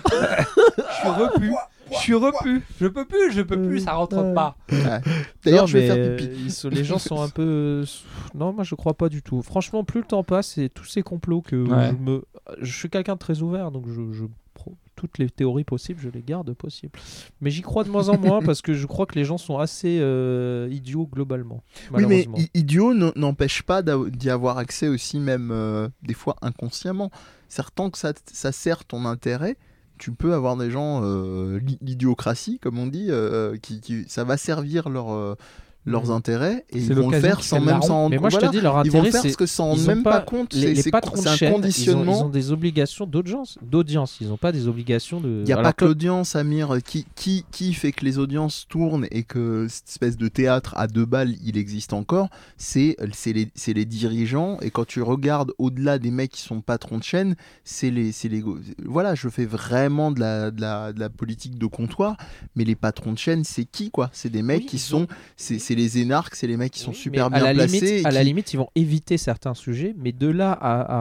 Je suis repu. Je peux plus, ça rentre pas. Ouais. D'ailleurs, je vais faire pipi. Les gens sont un peu... Non, moi je crois pas du tout. Franchement, plus le temps passe et tous ces complots que je suis quelqu'un de très ouvert, donc toutes les théories possibles, je les garde possibles. Mais j'y crois de moins en moins parce que je crois que les gens sont assez idiots globalement. Oui, mais idiots n'empêche pas d'y avoir accès aussi, même des fois inconsciemment. Tant que ça sert ton intérêt, tu peux avoir des gens, l'idiocratie, comme on dit, qui ça va servir leurs intérêts et ils vont le faire sans même s'en rendre compte. Mais moi je te dis, leur ils vont intérêt, le faire parce que s'en rendent même pas compte. Les patrons de chaîne, un conditionnement. Ils ont des obligations d'audience. Ils n'ont pas des obligations de... Il n'y a pas que l'audience, Amir. Qui fait que les audiences tournent et que cette espèce de théâtre à 2 balles, il existe encore, c'est les dirigeants. Et quand tu regardes au-delà des mecs qui sont patrons de chaîne, c'est les voilà, je fais vraiment de la politique de comptoir, mais les patrons de chaîne, c'est qui, quoi? C'est des mecs qui sont... C'est les énarques, c'est les mecs qui sont super bien placés. À la limite, ils vont éviter certains sujets, mais de là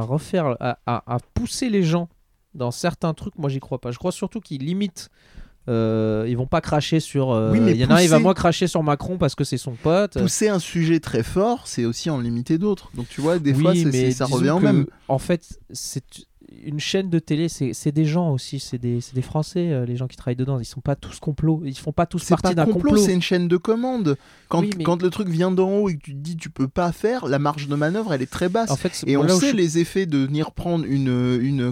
à pousser les gens dans certains trucs, moi j'y crois pas. Je crois surtout qu'ils limitent. Ils vont pas cracher sur. Il y en a un, il va moins cracher sur Macron parce que c'est son pote. Pousser un sujet très fort, c'est aussi en limiter d'autres. Donc tu vois, des fois, ça revient au même. En fait, c'est une chaîne de télé, c'est des gens aussi, c'est des Français, les gens qui travaillent dedans, ils sont pas tous complots, ils font pas tous partie d'un complot. C'est une chaîne de commande. Quand le truc vient d'en haut et que tu te dis tu peux pas faire, la marge de manœuvre elle est très basse. En fait, et on sait les effets de venir prendre une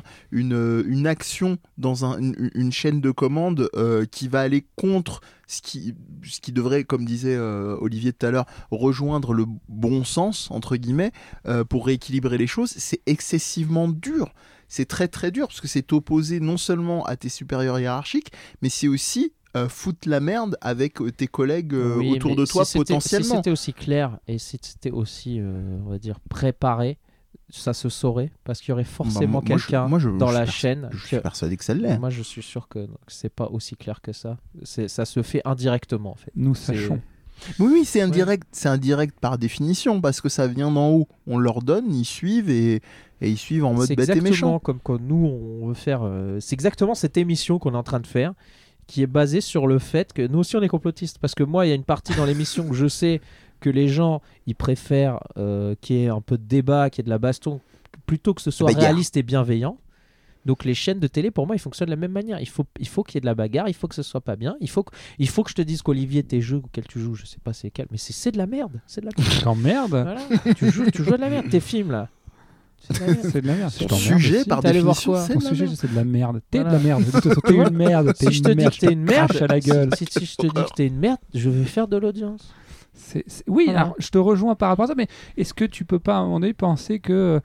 action dans une chaîne de commande qui va aller contre ce qui devrait, comme disait Olivier tout à l'heure, rejoindre le bon sens, entre guillemets, pour rééquilibrer les choses. C'est excessivement dur. C'est très très dur parce que c'est opposé non seulement à tes supérieurs hiérarchiques, mais c'est aussi foutre la merde avec tes collègues autour de toi potentiellement. Si c'était aussi clair et si c'était aussi, on va dire, préparé, ça se saurait parce qu'il y aurait forcément quelqu'un dans la chaîne. Je suis persuadé que ça l'est. Moi, je suis sûr que c'est pas aussi clair que ça. Ça se fait indirectement, en fait. Nous sachons. Oui, c'est indirect. C'est indirect par définition parce que ça vient d'en haut. On leur donne, ils suivent et ils suivent en mode bête et méchant. C'est exactement comme quand nous on veut faire. C'est exactement cette émission qu'on est en train de faire, qui est basée sur le fait que nous aussi on est complotistes. Parce que moi, il y a une partie dans l'émission où je sais que les gens ils préfèrent qu'il y ait un peu de débat, qu'il y ait de la baston, plutôt que ce soit réaliste et bienveillant. Donc les chaînes de télé, pour moi, ils fonctionnent de la même manière. Il faut qu'il y ait de la bagarre, il faut que ce soit pas bien. Il faut que je te dise qu'Olivier, tes jeux auxquels tu joues, je sais pas c'est lesquels, mais c'est de la merde. C'est de la merde. Voilà. tu joues de la merde. Tes films là, C'est de la merde. Ton sujet, par définition, c'est de la merde. C'est de la merde. T'es de la merde. T'es une merde. Si je te dis que t'es une merde, à la gueule. Si je te dis que t'es une merde, je vais faire de l'audience. Oui, alors, je te rejoins par rapport à ça, mais est-ce que tu peux pas à un moment donné penser que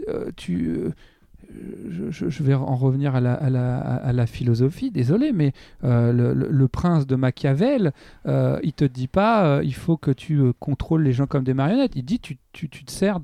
je vais en revenir à la philosophie, désolé, mais le prince de Machiavel, il te dit pas il faut que tu contrôles les gens comme des marionnettes. Il dit tu te sers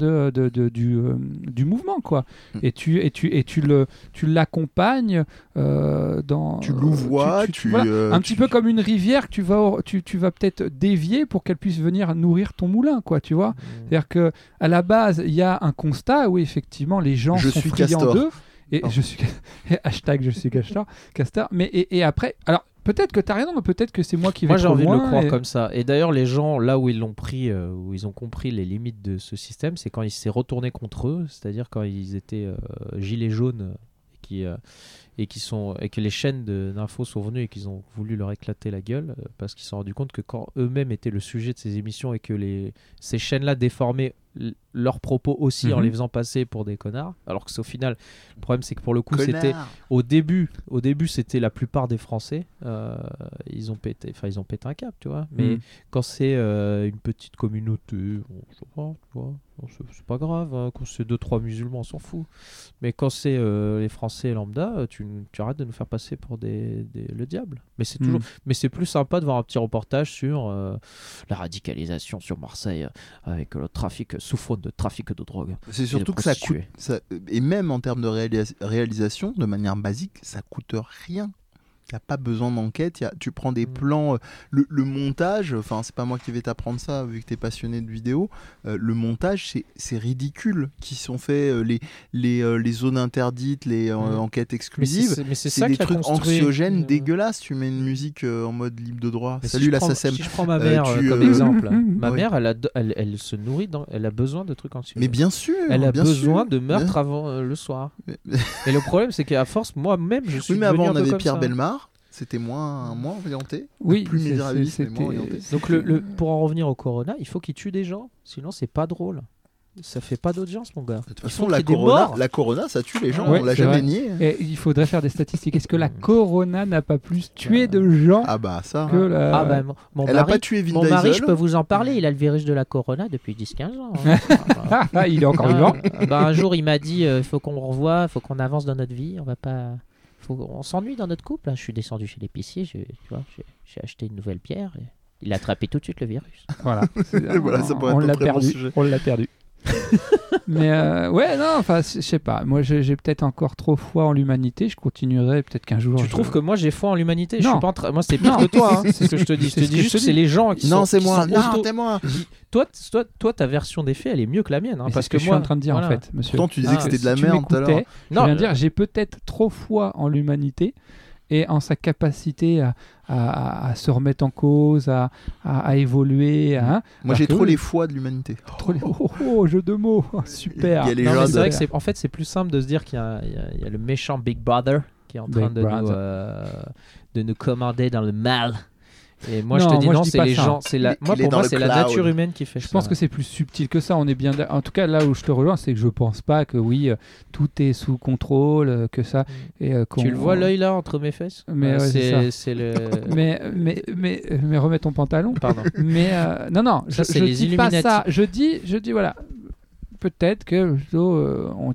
du mouvement, quoi. Et tu l'accompagnes dans. Tu louvoies, un petit peu comme une rivière que tu vas peut-être dévier pour qu'elle puisse venir nourrir ton moulin, quoi, tu vois. C'est-à-dire que à la base, il y a un constat où effectivement les gens sont friands d'eux. Et je suis hashtag je suis castor. Mais et après, alors peut-être que t'as raison, mais peut-être que c'est moi qui vais trop loin. Moi j'ai envie de le croire comme ça. Et d'ailleurs les gens là où ils l'ont pris, où ils ont compris les limites de ce système, c'est quand il s'est retourné contre eux, c'est-à-dire quand ils étaient gilets jaunes et que les chaînes d'infos sont venues et qu'ils ont voulu leur éclater la gueule parce qu'ils se sont rendus compte que quand eux-mêmes étaient le sujet de ces émissions et que ces chaînes-là déformaient leurs propos aussi en les faisant passer pour des connards, alors que au final le problème c'est que pour le coup c'était au début c'était la plupart des Français ils ont pété un cap, tu vois, mais quand c'est une petite communauté, je sais pas, tu vois, c'est pas grave, hein. Quand c'est 2-3 musulmans on s'en fout, mais quand c'est les Français lambda, tu arrêtes de nous faire passer pour le diable. Mais c'est toujours mais c'est plus sympa de voir un petit reportage sur la radicalisation sur Marseille avec le trafic sous faute de trafic de drogue. C'est surtout que ça coûte, et même en termes de réalisation, de manière basique, ça coûte rien. Il n'y a pas besoin d'enquête, tu prends des plans, le montage, enfin c'est pas moi qui vais t'apprendre ça vu que tu es passionné de vidéo, le montage c'est ridicule qui sont faits, les zones interdites, les enquêtes exclusives, mais c'est ça des trucs anxiogènes dégueulasses, tu mets une musique en mode libre de droit. Mais salut la SACEM. Si je prends ma mère comme exemple, ma mère elle se nourrit, elle a besoin de trucs anxiogènes. Mais bien sûr, elle a bien besoin sûr. de meurtre avant le soir. Et le problème c'est qu'à force moi-même je suis mais avant on avait Pierre ça. Bellemare. C'était moins orienté, oui, plus misérabiliste, mais moins orienté. Donc pour en revenir au Corona, il faut qu'il tue des gens, sinon c'est pas drôle. Ça fait pas d'audience, mon gars. De toute façon, la Corona, ça tue les gens, on l'a jamais nié. Et il faudrait faire des statistiques. Est-ce que la Corona n'a pas plus tué de gens ça. que la... Ah bah, Elle n'a pas tué Vin Diesel. Mon mari, je peux vous en parler, il a le virus de la Corona depuis 10-15 ans. Hein. Il est encore vivant. Un jour, il m'a dit, il faut qu'on revoie, il faut qu'on avance dans notre vie, on va pas... On s'ennuie dans notre couple. Je suis descendu chez l'épicier, j'ai acheté une nouvelle pierre et il a attrapé tout de suite le virus. Voilà, on l'a perdu. On l'a perdu. Mais ouais, non, enfin, je sais pas. Moi, j'ai peut-être encore trop foi en l'humanité. Je continuerai peut-être qu'un jour. Tu trouves que moi j'ai foi en l'humanité? Je suis pas moi, c'est pire que toi. Hein. C'est ce que je te dis. Je te dis juste que c'est les gens qui sont. Non, c'est moi. Non, c'est moi. Toi, ta version des faits, elle est mieux que la mienne. Hein, parce que je suis en train de dire en fait, monsieur. Pourtant, tu disais que c'était de la merde tout à l'heure. Je viens de dire, j'ai peut-être trop foi en l'humanité et en sa capacité à se remettre en cause, à évoluer. Hein, moi, j'ai trop les fois de l'humanité. Jeu de mots, super. C'est vrai que en fait, c'est plus simple de se dire qu'il y a le méchant Big Brother qui est en train de nous commander dans le mal. Et moi, je te dis non, c'est les gens. Pour moi, c'est la nature humaine qui fait ça. Je pense que c'est plus subtil que ça. On est bien. En tout cas, là où je te rejoins, c'est que je pense pas que tout est sous contrôle, que ça. Et, tu le vois l'œil là entre mes fesses. Mais c'est le. Mais remets ton pantalon. Pardon. Mais non. Ça, je dis pas ça. Je dis voilà. Peut-être que on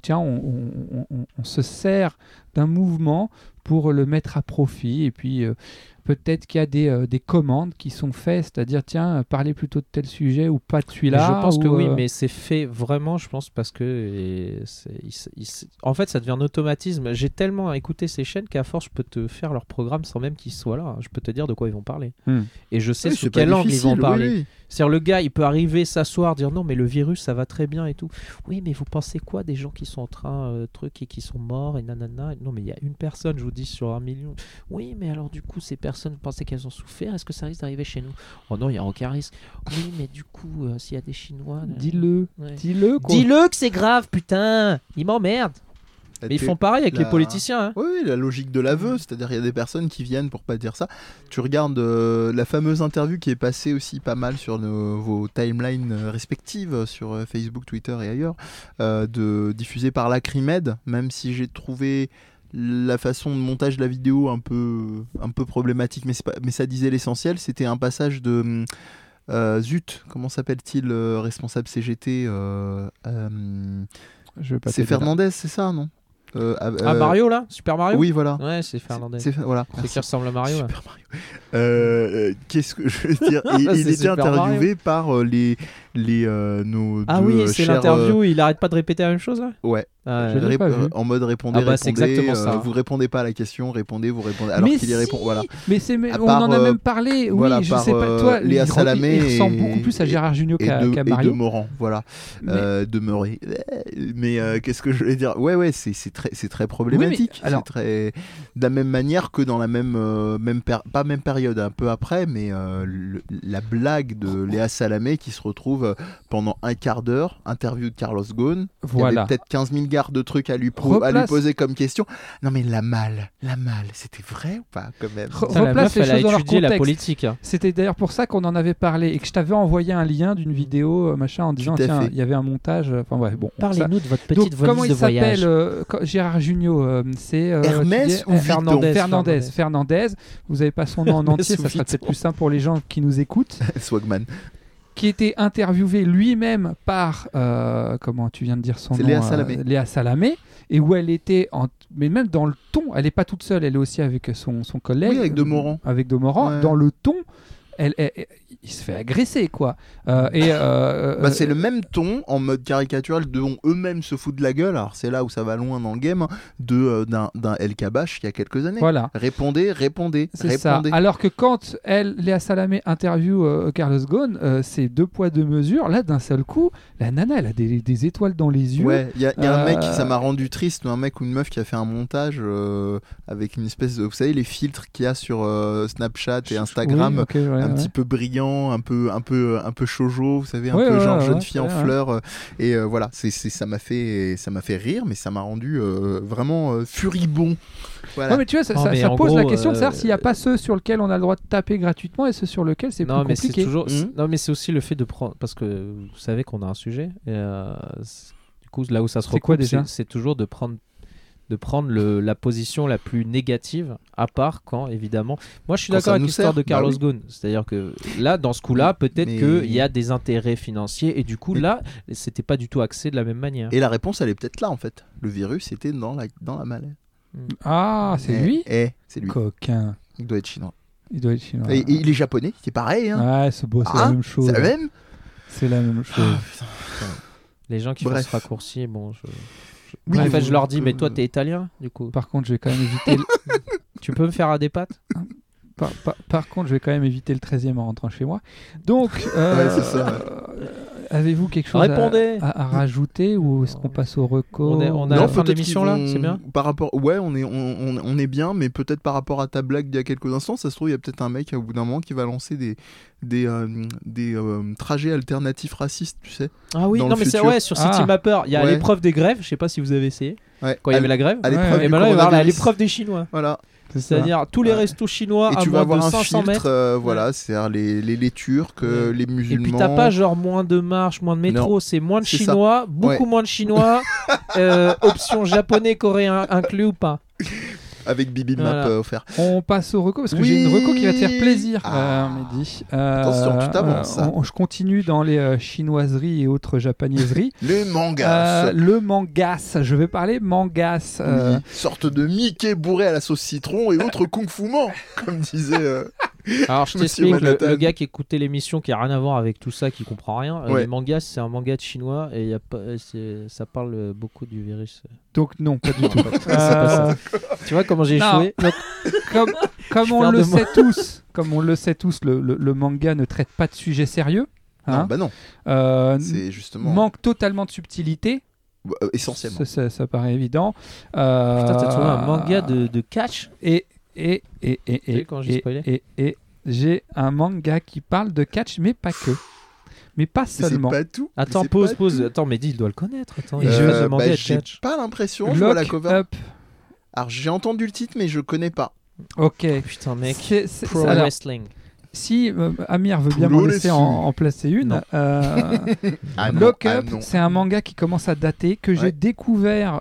se sert d'un mouvement pour le mettre à profit et puis peut-être qu'il y a des commandes qui sont faites, c'est-à-dire tiens, parlez plutôt de tel sujet ou pas de celui-là. Je pense que oui, mais c'est fait vraiment, je pense, parce que en fait, ça devient un automatisme. J'ai tellement écouté ces chaînes qu'à force, je peux te faire leur programme sans même qu'ils soient là. Je peux te dire de quoi ils vont parler. Et je sais sous quel angle ils vont parler. Oui. C'est-à-dire, le gars, il peut arriver, s'asseoir, dire non, mais le virus, ça va très bien et tout. Oui, mais vous pensez quoi des gens qui sont en train, et qui sont morts et nanana. Non, mais il y a une personne, je vous dis, sur 1 million. Oui, mais alors, du coup, ces personnes, vous pensez qu'elles ont souffert? Est-ce que ça risque d'arriver chez nous? Oh non, il n'y a aucun risque. Oui, mais du coup, s'il y a des Chinois. Dis-le. Ouais. Dis-le, quoi. Dis-le que c'est grave, putain. Il m'emmerde. Mais ils font pareil avec les politiciens. Hein. Oui, la logique de l'aveu, c'est-à-dire il y a des personnes qui viennent pour pas dire ça. Tu regardes la fameuse interview qui est passée aussi pas mal sur vos timelines respectives sur Facebook, Twitter et ailleurs, diffusée par Lacrimed, même si j'ai trouvé la façon de montage de la vidéo un peu problématique, mais ça disait l'essentiel. C'était un passage de zut, comment s'appelle-t-il, responsable CGT c'est Fernandez, c'est ça, non? Mario là, Super Mario. Oui, voilà. Ouais, c'est Fernandez. Voilà. C'est qui ressemble à Mario. Super Mario. Qu'est-ce que je veux dire? Il était interviewé par nos oui, c'est l'interview. Il arrête pas de répéter la même chose là. Ouais. En mode répondez, c'est exactement ça. Vous répondez pas à la question, vous répondez. Alors qu'il y répond, voilà. Mais on en a même parlé. Oui, voilà, je sais pas. Toi, Léa Salamé il ressemble beaucoup plus à Gérard Jugnot qu'à Mario. Et de Morand, voilà. Demeurer. Mais qu'est-ce que je voulais dire? Ouais, c'est très problématique. Oui, alors... C'est très de la même manière que dans la pas même période, un peu après, mais la blague de Léa Salamé qui se retrouve pendant un quart d'heure, interview de Carlos Ghosn. Voilà. Il y avait peut-être 15 000 de trucs à lui poser comme question. Non mais la malle, c'était vrai ou pas quand même? Replace les choses dans leur contexte. La politique. Hein. C'était d'ailleurs pour ça qu'on en avait parlé et que je t'avais envoyé un lien d'une vidéo en disant tiens, il y avait un montage. Enfin ouais, bon. Parlez-nous de votre petite valise de voyage. Comment il s'appelle Gérard Jugnot? C'est Hermès ou Fernandez. Vous n'avez pas son nom en entier, ça serait peut-être plus simple pour les gens qui nous écoutent. Swagman. Qui était interviewé lui-même par comment tu viens de dire son nom, Léa Salamé, et où elle était mais même dans le ton, elle n'est pas toute seule, elle est aussi avec son collègue, avec Demorand, ouais. Dans le ton il se fait agresser quoi. C'est le même ton en mode caricatural dont eux-mêmes se foutent de la gueule. Alors c'est là où ça va loin dans le game d'un El Kabash il y a quelques années. Voilà. Répondez. Ça. Alors que quand Léa Salamé interview Carlos Ghosn, c'est 2 poids 2 mesures. Là d'un seul coup, la nana elle a des étoiles dans les yeux. Ouais, il y a un mec, ça m'a rendu triste, un mec ou une meuf qui a fait un montage avec une espèce de, vous savez les filtres qu'il y a sur Snapchat et Instagram, un petit peu brillant, un peu shoujo, vous savez, un peu genre jeune fille en fleurs, et voilà, ça m'a fait rire, mais ça m'a rendu vraiment furibond. Voilà. Non mais tu vois, ça pose la question de savoir s'il n'y a pas ceux sur lesquels on a le droit de taper gratuitement et ceux sur lesquels c'est plus compliqué. Non mais c'est aussi le fait de prendre, parce que vous savez qu'on a un sujet, et du coup là où ça se recoupe, c'est toujours de prendre la position la plus négative, à part quand évidemment moi je suis d'accord avec l'histoire de Carlos Ghosn, c'est-à-dire que là dans ce coup-là peut-être qu'il y a des intérêts financiers et du coup là c'était pas du tout axé de la même manière, et la réponse elle est peut-être là en fait, le virus était dans la malle. C'est lui c'est lui, coquin, il doit être chinois. Et il est japonais, c'est pareil hein. Ouais, c'est beau, c'est la même chose. C'est la même chose. Les gens qui font ce raccourci, bon oui, en fait, je leur dis, mais toi, t'es italien, du coup. Par contre, je vais quand même éviter. Tu peux me faire à des pâtes? Par contre, je vais quand même éviter le 13e en rentrant chez moi. Donc, c'est ça. Avez-vous quelque chose à rajouter ou est-ce qu'on passe au reco? On a la fin de l'émission là, c'est bien. Par rapport, on est bien, mais peut-être par rapport à ta blague d'il y a quelques instants, ça se trouve il y a peut-être un mec au bout d'un moment qui va lancer des trajets alternatifs racistes, tu sais. Ah oui, non mais c'est sur Citymapper, il y a l'épreuve des grèves. Je sais pas si vous avez essayé. Quand il y avait la grève. Et maintenant il va y avoir l'épreuve des Chinois. Voilà. C'est-à-dire tous les restos chinois à moins de 500 mètres. Voilà, c'est-à-dire les Turcs, les musulmans. Et puis t'as pas genre moins de marche, moins de métro, c'est moins de Chinois, beaucoup moins de Chinois, option japonais, coréen inclus ou pas. Avec Bibimbap offert. On passe au reco parce que j'ai une reco qui va te faire plaisir, Mehdi. Attention, tu t'avances. Je continue dans les chinoiseries et autres japonaiseries. Les mangas. Le mangas. Je vais parler mangas. Sorte de Mickey bourré à la sauce citron et autres kung-fu-man, comme disait. Alors je t'explique, le gars qui écoutait l'émission qui a rien à voir avec tout ça, qui comprend rien. Les mangas, c'est un manga de chinois et ça parle beaucoup du virus. Donc non, pas du tout. C'est pas ça. Tu vois comment j'ai échoué. Comme on le sait tous, le manga ne traite pas de sujets sérieux. Non, bah non. C'est justement manque totalement de subtilité. Essentiellement. Ça paraît évident. Putain, t'as trouvé un manga de catch et j'ai un manga qui parle de catch, mais pas que. mais pas seulement. C'est pas tout. Attends, pause. Attends, Mehdi, il doit le connaître. Attends, Et je vais demander à j'ai catch. pas l'impression. Je vois la Lock cover. Up. Alors j'ai entendu le titre, mais je connais pas. Ok. Putain, mec. C'est- Pro alors, wrestling. si Amir veut bien Poulo m'en laisser dessus. en placer une, Non. Ah non, Lock ah Up, non. c'est un manga qui commence à dater, que j'ai Ouais. découvert.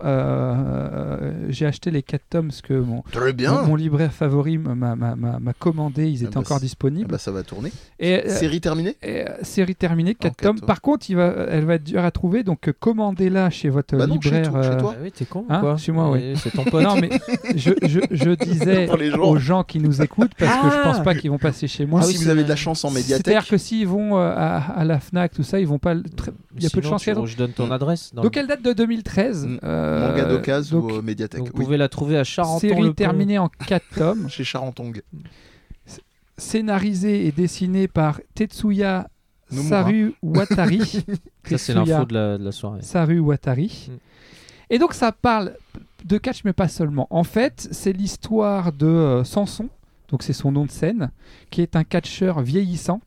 J'ai acheté les 4 tomes parce que Très bien. mon libraire favori m'a commandé, ils étaient bah, encore Ah disponibles. bah ça va tourner. Et, Série terminée. série terminée, 4 En 4 tomes. tomes. Par contre, elle va être dure à trouver, donc commandez-la chez votre Bah non, chez libraire. toi. Ah oui, t'es con Hein, ou quoi chez moi, ouais. C'est ton pote. Non, mais je disais Pour les gens. aux gens qui nous écoutent, parce que je pense Ah. pas qu'ils vont passer chez moi. Ou Ah oui, si vous c'est- avez de la chance en médiathèque. C'est-à-dire que s'ils vont à la Fnac, tout ça, ils vont pas. Il y a peu de Sinon, chance qu'il y ait. Je donne ton adresse. Donc elle date de 2013. Manga d'occasion donc, ou médiathèque. Vous Oui. pouvez la trouver à Charenton. série terminée en 4 tomes, Chez Charentong. scénarisée et dessinée par Tetsuya Nomura. Saru Watari. Ça, c'est Tetsuya l'info de la soirée. Saru Watari. Et donc ça parle de catch, mais pas seulement. En fait, c'est l'histoire de Samson, donc c'est son nom de scène, qui est un catcheur vieillissant.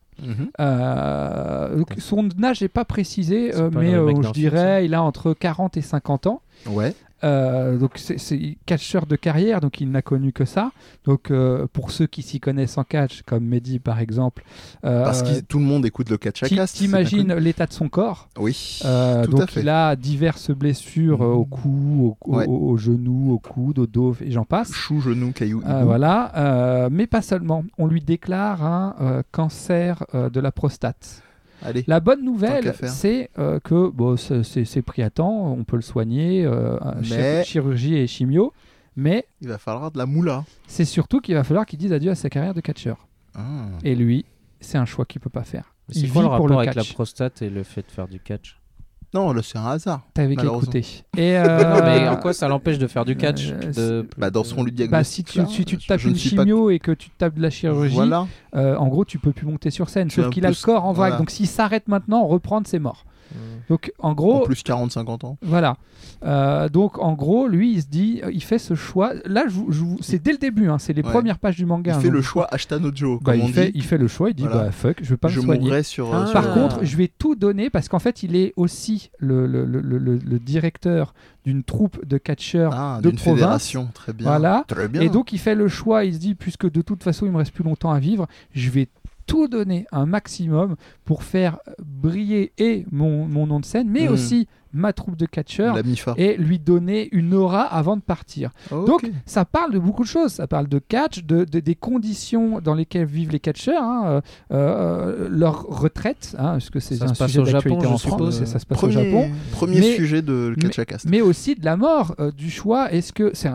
Donc, son âge n'est pas précisé, C'est pas mais le mec je d'un film, dirais il a entre 40 et 50 ans. Ouais. Donc c'est catcheur de carrière, donc il n'a connu que ça. Donc pour ceux qui s'y connaissent en catch, comme Mehdi par exemple, Parce que tout le monde écoute le catch à cast. t'imagines l'état de son corps. Oui. Tout Donc à fait. il a diverses blessures au cou, Ouais. au genou, au coude, au dos et j'en passe. Chou, genou, caillou, hibou. Voilà, mais pas seulement. On lui déclare un cancer de la prostate. Allez. La bonne Tant nouvelle, qu'à faire. c'est que bon, c'est pris à temps, on peut le soigner, Mais- chirurgie et chimio, mais Il va falloir de la moula. c'est surtout qu'il va falloir qu'il dise adieu à sa carrière de catcheur. Ah. Et lui, c'est un choix qu'il peut pas faire. C'est Il quoi le vit pour rapport le avec la catch. prostate et le fait de faire du catch? Non, là c'est un hasard. T'avais qu'à Malheureusement. écouter. Et Non, mais en quoi ça l'empêche de faire du catch Bah dans son lui bah, si diagnostic. tu te tapes je ne une suis pas- chimio et que tu te tapes de la chirurgie, Voilà. en gros, tu peux plus monter sur scène. Tu es Sauf un qu'il a peu- le corps en vrac. voilà. Donc s'il s'arrête maintenant, reprendre, c'est mort. Donc en gros, En plus 40-50 ans. voilà. Donc en gros, lui, il se dit, il fait ce choix. Là, c'est dès le début, hein, c'est les Ouais. premières pages du manga. Il hein, fait donc- le choix Ashtanojo, Bah, comme on dit. il fait le choix, il dit Voilà. bah fuck, je vais pas Je me soigner. mourrai sur. Ah. sur- Par contre, je vais tout donner parce qu'en fait, il est aussi le directeur d'une troupe de catcheurs Ah, de d'une province. fédération, très bien. Voilà. Très bien. Et donc, il fait le choix, il se dit, puisque de toute façon, il me reste plus longtemps à vivre, je vais tout donner un maximum pour faire briller et mon nom de scène, mais aussi ma troupe de catcheurs la MIFA. et lui donner une aura avant de partir. Ok. Donc, ça parle de beaucoup de choses. Ça parle de catch, des conditions dans lesquelles vivent les catcheurs, hein, leur retraite, hein, parce que c'est Ça un se passe sujet au Japon, d'actualité en je France, suppose. et ça se passe premier, au Japon. premier Mais- sujet de catch à cast. Mais aussi de la mort, du choix. Est-ce que c'est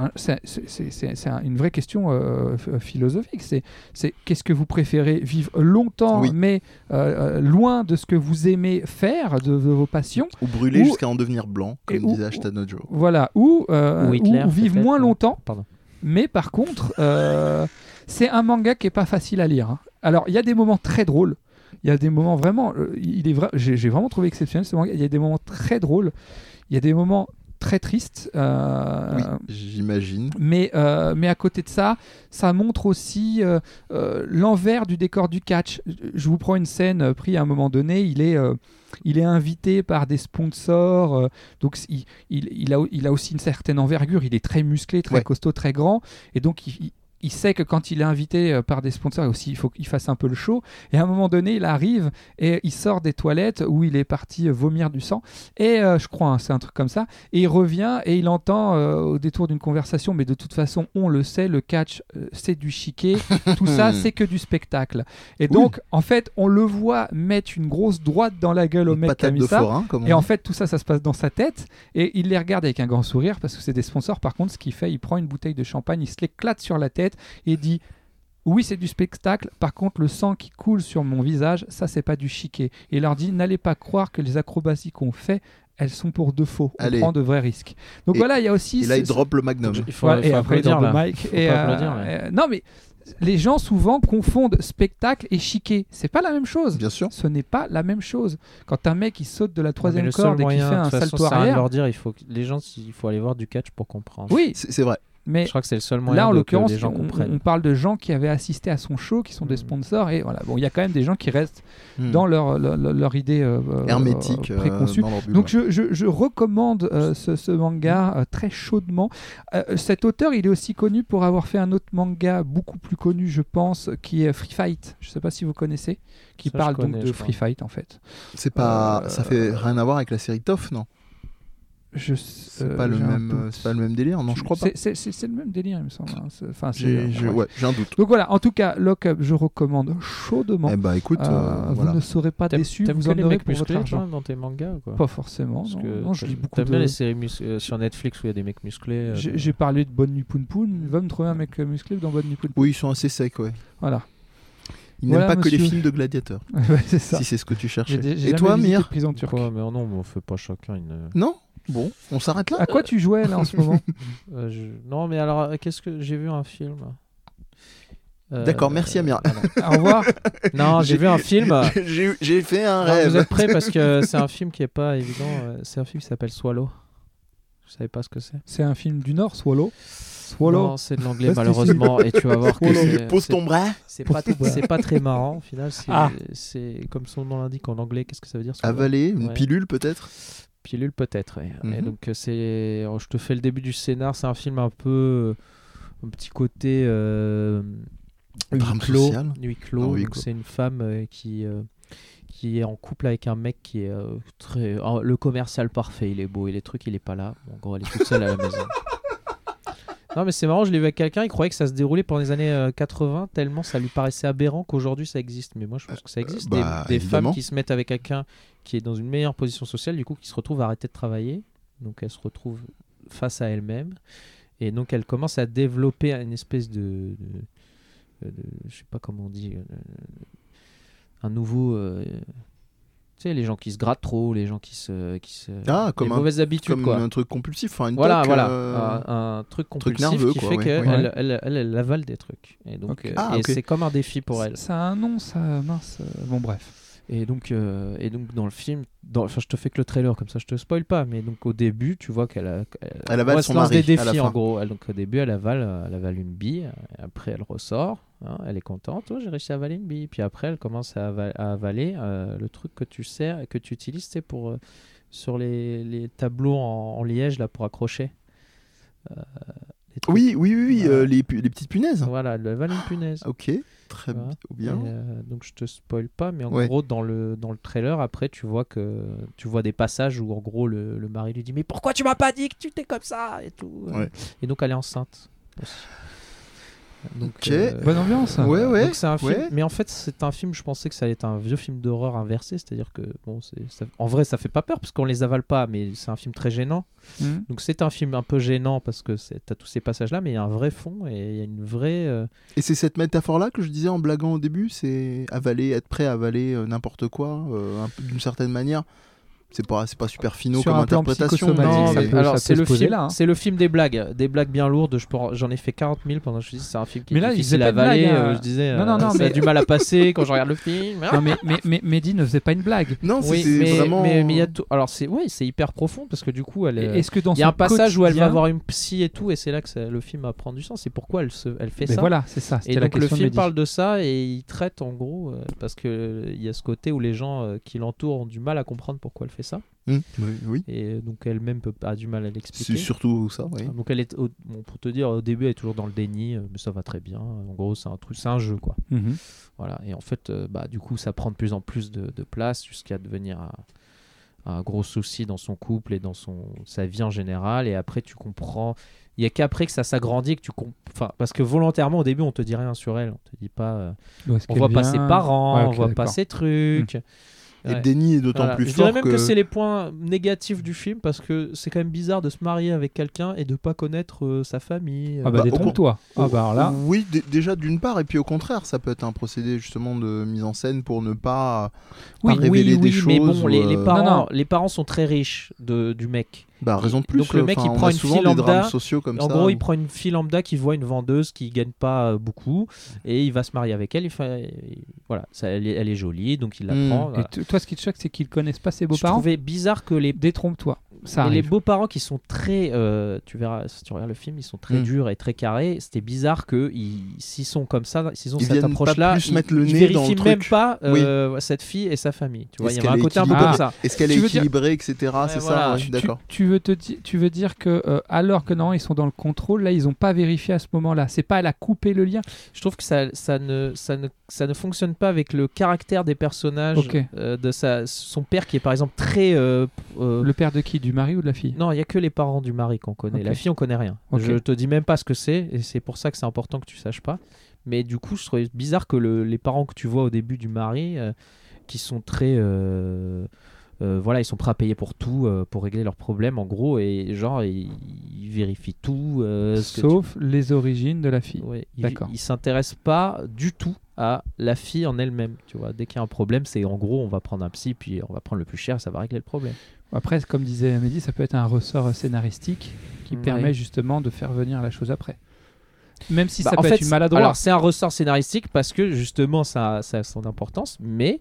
une vraie question philosophique. C'est qu'est-ce que vous préférez vivre longtemps, Oui. mais loin de ce que vous aimez faire, de vos passions, Ou brûler Ou- jusqu'à en devenir blanc, et comme où- disait Ashtanojo. voilà, ou Hitler, vivre peut-être, moins non. longtemps. Pardon. Mais par contre, c'est un manga qui est pas facile à lire, hein. Alors, il y a des moments très drôles. Il y a des moments vraiment. J'ai vraiment trouvé exceptionnel ce manga. Il y a des moments très drôles. Il y a des moments très tristes. Oui, j'imagine. Mais à côté de ça, ça montre aussi l'envers du décor du catch. Je vous prends une scène prise à un moment donné. Il est invité par des sponsors. Donc il a aussi une certaine envergure. Il est très musclé, très Ouais. costaud, très grand. Et donc il sait que quand il est invité par des sponsors aussi, il faut qu'il fasse un peu le show. Et à un moment donné, il arrive et il sort des toilettes où il est parti vomir du sang. Et je crois, hein, c'est un truc comme ça. Et il revient et il entend au détour d'une conversation, mais de toute façon, on le sait, le catch, c'est du chiquet. Tout ça, c'est que du spectacle. Et donc, en fait, on le voit mettre une grosse droite dans la gueule au Une mec qui a patate mis de ça. forain, comme on Et en dit. fait, tout ça, ça se passe dans sa tête. Et il les regarde avec un grand sourire parce que c'est des sponsors. Par contre, ce qu'il fait, il prend une bouteille de champagne, il se l'éclate sur la tête et dit: oui, c'est du spectacle. Par contre, le sang qui coule sur mon visage, ça, c'est pas du chiquet. Et il leur dit: n'allez pas croire que les acrobaties qu'on fait, elles sont pour de faux. On Allez. prend de vrais risques. Donc Et- voilà, il y a aussi. Et là, il ce- drop le magnum. Il faut, Ouais, il et faut après, il applaudir, drop le là. mic. Faut Et, pas applaudir, ouais. non, mais les gens souvent confondent spectacle et chiquet. C'est pas la même chose. Bien sûr. Ce n'est pas la même chose. Quand un mec il saute de la Mais troisième le seul corde et qui moyen, fait de un toute façon, salto ça sert à rien de arrière. leur dire, il faut aller voir du catch pour comprendre. Oui, C'est vrai. Mais je crois que c'est le seul moyen là, en l'occurrence, que les gens comprennent. On parle de gens qui avaient assisté à son show, qui sont des sponsors, et voilà. Bon, il y a quand même des gens qui restent dans leur idée hermétique préconçue. dans leur bulle, Donc je recommande ce manga très chaudement. Cet auteur, il est aussi connu pour avoir fait un autre manga beaucoup plus connu, je pense, qui est Free Fight. Je ne sais pas si vous connaissez, qui parle donc de Free Fight en fait. C'est pas, ça fait rien à voir avec la série TOF, non? C'est pas le même délire, non, je crois pas. C'est le même délire, il me semble. Enfin, j'ai un doute. Donc voilà, en tout cas, Lock Up, je recommande chaudement. Eh bah écoute, vous ne serez pas déçus, vous en aurez pour votre argent. Dans tes mangas, quoi. Pas forcément. Non, je lis beaucoup. T'aimes bien les séries sur Netflix où il y a des mecs musclés. J'ai parlé de Bonne Nuit Poun Poun. Va me trouver un mec musclé dans Bonne Nuit Poun Poun. Oui, ils sont assez secs, ouais. Voilà. Ils n'aiment pas que les films de gladiateurs. Ouais, c'est ça. Si c'est ce que tu cherchais. Et toi, Mir? Mais non, on fait pas chacun une. Non. Bon, on s'arrête là. À quoi tu jouais là en ce moment? Non, mais alors, qu'est-ce que j'ai vu un film. D'accord, merci Amir. Au revoir. Non, j'ai vu un film. J'ai fait un rêve. Vous êtes prêts parce que c'est un film qui est pas évident. C'est un film qui s'appelle Swallow. Vous savez pas ce que c'est? C'est un film du Nord, Swallow. Non, c'est de l'anglais malheureusement et tu vas voir que pose ton bras. C'est pas très marrant au final. C'est comme son nom l'indique en anglais. Qu'est-ce que ça veut dire? Avaler une pilule peut-être. Pilule peut-être. Ouais. Et donc je te fais le début du scénar. C'est un film un peu un petit côté drame social. Huis clos. Donc c'est une femme qui est en couple avec un mec qui est très le commercial parfait. Il est beau et les trucs il est pas là. En gros elle est toute seule à la maison. Non mais c'est marrant, je l'ai vu avec quelqu'un, il croyait que ça se déroulait pendant les années 80 tellement ça lui paraissait aberrant qu'aujourd'hui ça existe. Mais moi je pense que ça existe, des femmes qui se mettent avec quelqu'un qui est dans une meilleure position sociale, du coup qui se retrouvent à arrêter de travailler, donc elle se retrouve face à elle-même et donc elle commence à développer une espèce de je sais pas comment on dit, un nouveau... Tu sais, les gens qui se grattent trop, les gens qui se comme les mauvaises habitudes, comme quoi. Un truc compulsif, enfin une voilà, toque, un truc compulsif nerveux, qui fait qu'elle avale des trucs. Et donc, c'est comme un défi pour elle. Ça a un nom, ça, mince. Bon, bref. Et donc dans le film, je te fais que le trailer comme ça, je te spoil pas, mais donc au début, tu vois qu'elle avale son lance mari des défis en gros. Donc au début, elle avale une bille, après elle ressort, hein, elle est contente, j'ai réussi à avaler une bille. Puis après, elle commence à avaler le truc que tu sers et que tu utilises, c'est pour sur les tableaux en liège là pour accrocher. Oui, voilà. Les petites punaises. Voilà, elle avale une punaise. Ok. Très bien. Donc je te spoil pas, mais en gros dans le trailer après tu vois des passages où en gros le mari lui dit mais pourquoi tu m'as pas dit que tu étais comme ça et tout. Et donc elle est enceinte aussi. Donc, bonne ambiance. Ouais. Donc c'est un film, mais en fait c'est un film. Je pensais que ça allait être un vieux film d'horreur inversé, c'est-à-dire que en vrai ça fait pas peur parce qu'on les avale pas, mais c'est un film très gênant. Donc c'est un film un peu gênant parce que t'as tous ces passages là, mais il y a un vrai fond et il y a une vraie. Et c'est cette métaphore là que je disais en blaguant au début, c'est être prêt à avaler n'importe quoi, d'une certaine manière. C'est pas super finaux comme interprétation. Non, alors c'est le film des blagues bien lourdes. J'en ai fait 40 000 pendant que je dis c'est un film qui est difficile à avaler. Je disais ça a du mal à passer quand je regarde le film. Non mais Mehdi ne faisait pas une blague. Non, c'est vraiment. Mais il y a tout. Alors c'est hyper profond parce que du coup il y a un passage où elle va voir une psy et tout et c'est là que le film apprend du sens. C'est pourquoi elle fait ça. Voilà, c'est ça. Et donc le film parle de ça et il traite en gros parce que il y a ce côté où les gens qui l'entourent ont du mal à comprendre pourquoi elle fait ça. Oui. Et donc elle-même a du mal à l'expliquer. C'est surtout ça, oui. Donc elle est, pour te dire, au début elle est toujours dans le déni, mais ça va très bien. En gros c'est un jeu quoi. Voilà. Et en fait, du coup ça prend de plus en plus de place jusqu'à devenir un gros souci dans son couple et dans sa vie en général. Et après tu comprends. Il y a qu'après que ça s'agrandit que parce que volontairement au début on te dit rien sur elle, on te dit pas. On voit pas ses parents, on voit pas ses trucs. Et le déni est d'autant plus fort. Je dirais même que c'est les points négatifs du film parce que c'est quand même bizarre de se marier avec quelqu'un et de pas connaître sa famille. Détrompe-toi. Là. Oui, déjà d'une part, et puis au contraire, ça peut être un procédé justement de mise en scène pour ne pas révéler des choses. Mais bon, les parents sont très riches du mec. Raison de plus. Donc le mec il prend une fille lambda. En gros, il prend une fille lambda qui voit une vendeuse qui gagne pas beaucoup et il va se marier avec elle. Voilà, elle est jolie, donc il la prend. Voilà. Et toi, ce qui te choque, c'est qu'ils connaissent pas ses beaux-parents. Je trouvais bizarre que Détrompe-toi. Ça et arrive. les beaux-parents qui sont très, tu verras si tu regardes le film, ils sont très durs et très carrés. C'était bizarre que s'ils sont comme ça, s'ils ont Ils cette viennent approche-là, pas plus mettre le ils nez dans vérifient le même truc. pas Oui. cette fille et sa famille. Tu vois, il y Est-ce avait un qu'elle côté est un peu équilibrée comme ça. Est-ce qu'elle est Tu veux dire- équilibrée, etc. C'est voilà. ça, ouais, d'accord. Tu veux dire que alors que non, ils sont dans le contrôle, là, ils n'ont pas vérifié à ce moment-là. C'est pas elle a coupé le lien. Je trouve que ça ne fonctionne pas avec le caractère des personnages, Ok. de son père qui est par exemple très... Le père de qui? Du mari ou de la fille? Non, il y a que les parents du mari qu'on connaît. Ok. La fille, on connaît rien. Ok. Je te dis même pas ce que c'est, et c'est pour ça que c'est important que tu saches pas. Mais du coup, je trouvais bizarre que les parents que tu vois au début du mari, qui sont très... voilà, ils sont prêts à payer pour tout, pour régler leurs problèmes en gros, et genre ils vérifient tout. Sauf les origines de la fille. Ouais, D'accord. Ils s'intéressent pas du tout à la fille en elle-même. Tu vois, dès qu'il y a un problème, c'est en gros on va prendre un psy, puis on va prendre le plus cher, ça va régler le problème. Après, comme disait Mehdi, ça peut être un ressort scénaristique qui Ouais. permet justement de faire venir la chose après. Même si ça en peut fait, être une maladroit. Alors c'est un ressort scénaristique parce que justement ça a son importance, mais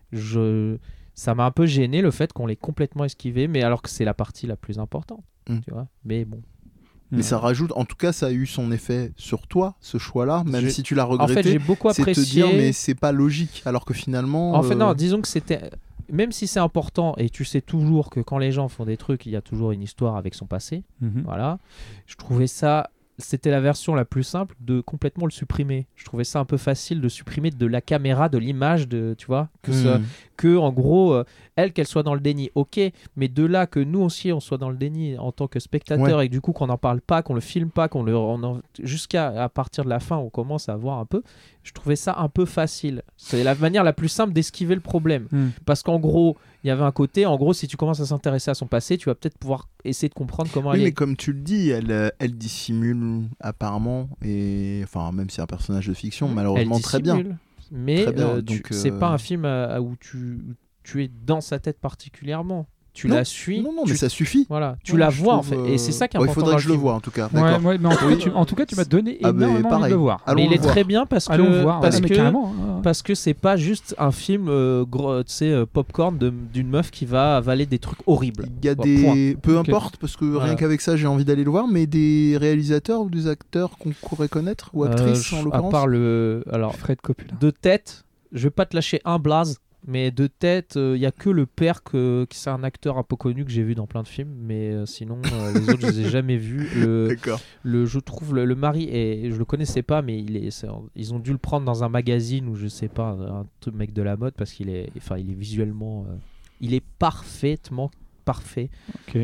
ça m'a un peu gêné le fait qu'on l'ait complètement esquivé, mais alors que c'est la partie la plus importante. Tu vois, mais bon. Mais ça rajoute, en tout cas, ça a eu son effet sur toi, ce choix-là, même si tu l'as En regretté. fait, j'ai beaucoup c'est apprécié. te dire, mais c'est pas logique, alors que finalement. En fait, non, disons que c'était. Même si c'est important, et tu sais toujours que quand les gens font des trucs, il y a toujours une histoire avec son passé. Mhm. Voilà. Je trouvais ça. C'était la version la plus simple de complètement le supprimer. Je trouvais ça un peu facile de supprimer de la caméra, de l'image, tu vois, que en gros, qu'elle soit dans le déni, ok, mais de là que nous aussi on soit dans le déni en tant que spectateur et que du coup qu'on n'en parle pas, qu'on le filme pas, jusqu'à à partir de la fin on commence à voir un peu. Je trouvais ça un peu facile. C'est la manière la plus simple d'esquiver le problème. Parce qu'en gros, il y avait un côté, en gros, si tu commences à s'intéresser à son passé, tu vas peut-être pouvoir essayer de comprendre comment elle est. Mais comme tu le dis, elle dissimule apparemment, et enfin, même si c'est un personnage de fiction, malheureusement très bien. Mais très bien, donc, c'est pas un film où tu es dans sa tête particulièrement. Tu la suis. Non, mais ça suffit. Voilà, tu la vois en fait. Et c'est ça qui est important. Il faudrait que je le voie en tout cas. Ouais, mais en tout cas, tu m'as donné énormément envie de le voir. Mais il est très bien parce que parce que c'est pas juste un film popcorn d'une meuf qui va avaler des trucs horribles. Il y a peu importe, parce que rien qu'avec ça j'ai envie d'aller le voir, mais des réalisateurs ou des acteurs qu'on pourrait connaître ou actrices en l'occurrence. À part Fred Coppola. De tête, je vais pas te lâcher un blaze. Mais de tête, il n'y a que le père qui c'est un acteur un peu connu que j'ai vu dans plein de films, mais sinon les autres je les ai jamais vus. D'accord. Je trouve le mari, et je le connaissais pas, mais ils ont dû le prendre dans un magazine ou je sais pas, un mec de la mode parce qu'il est visuellement, il est parfaitement parfait. Ok.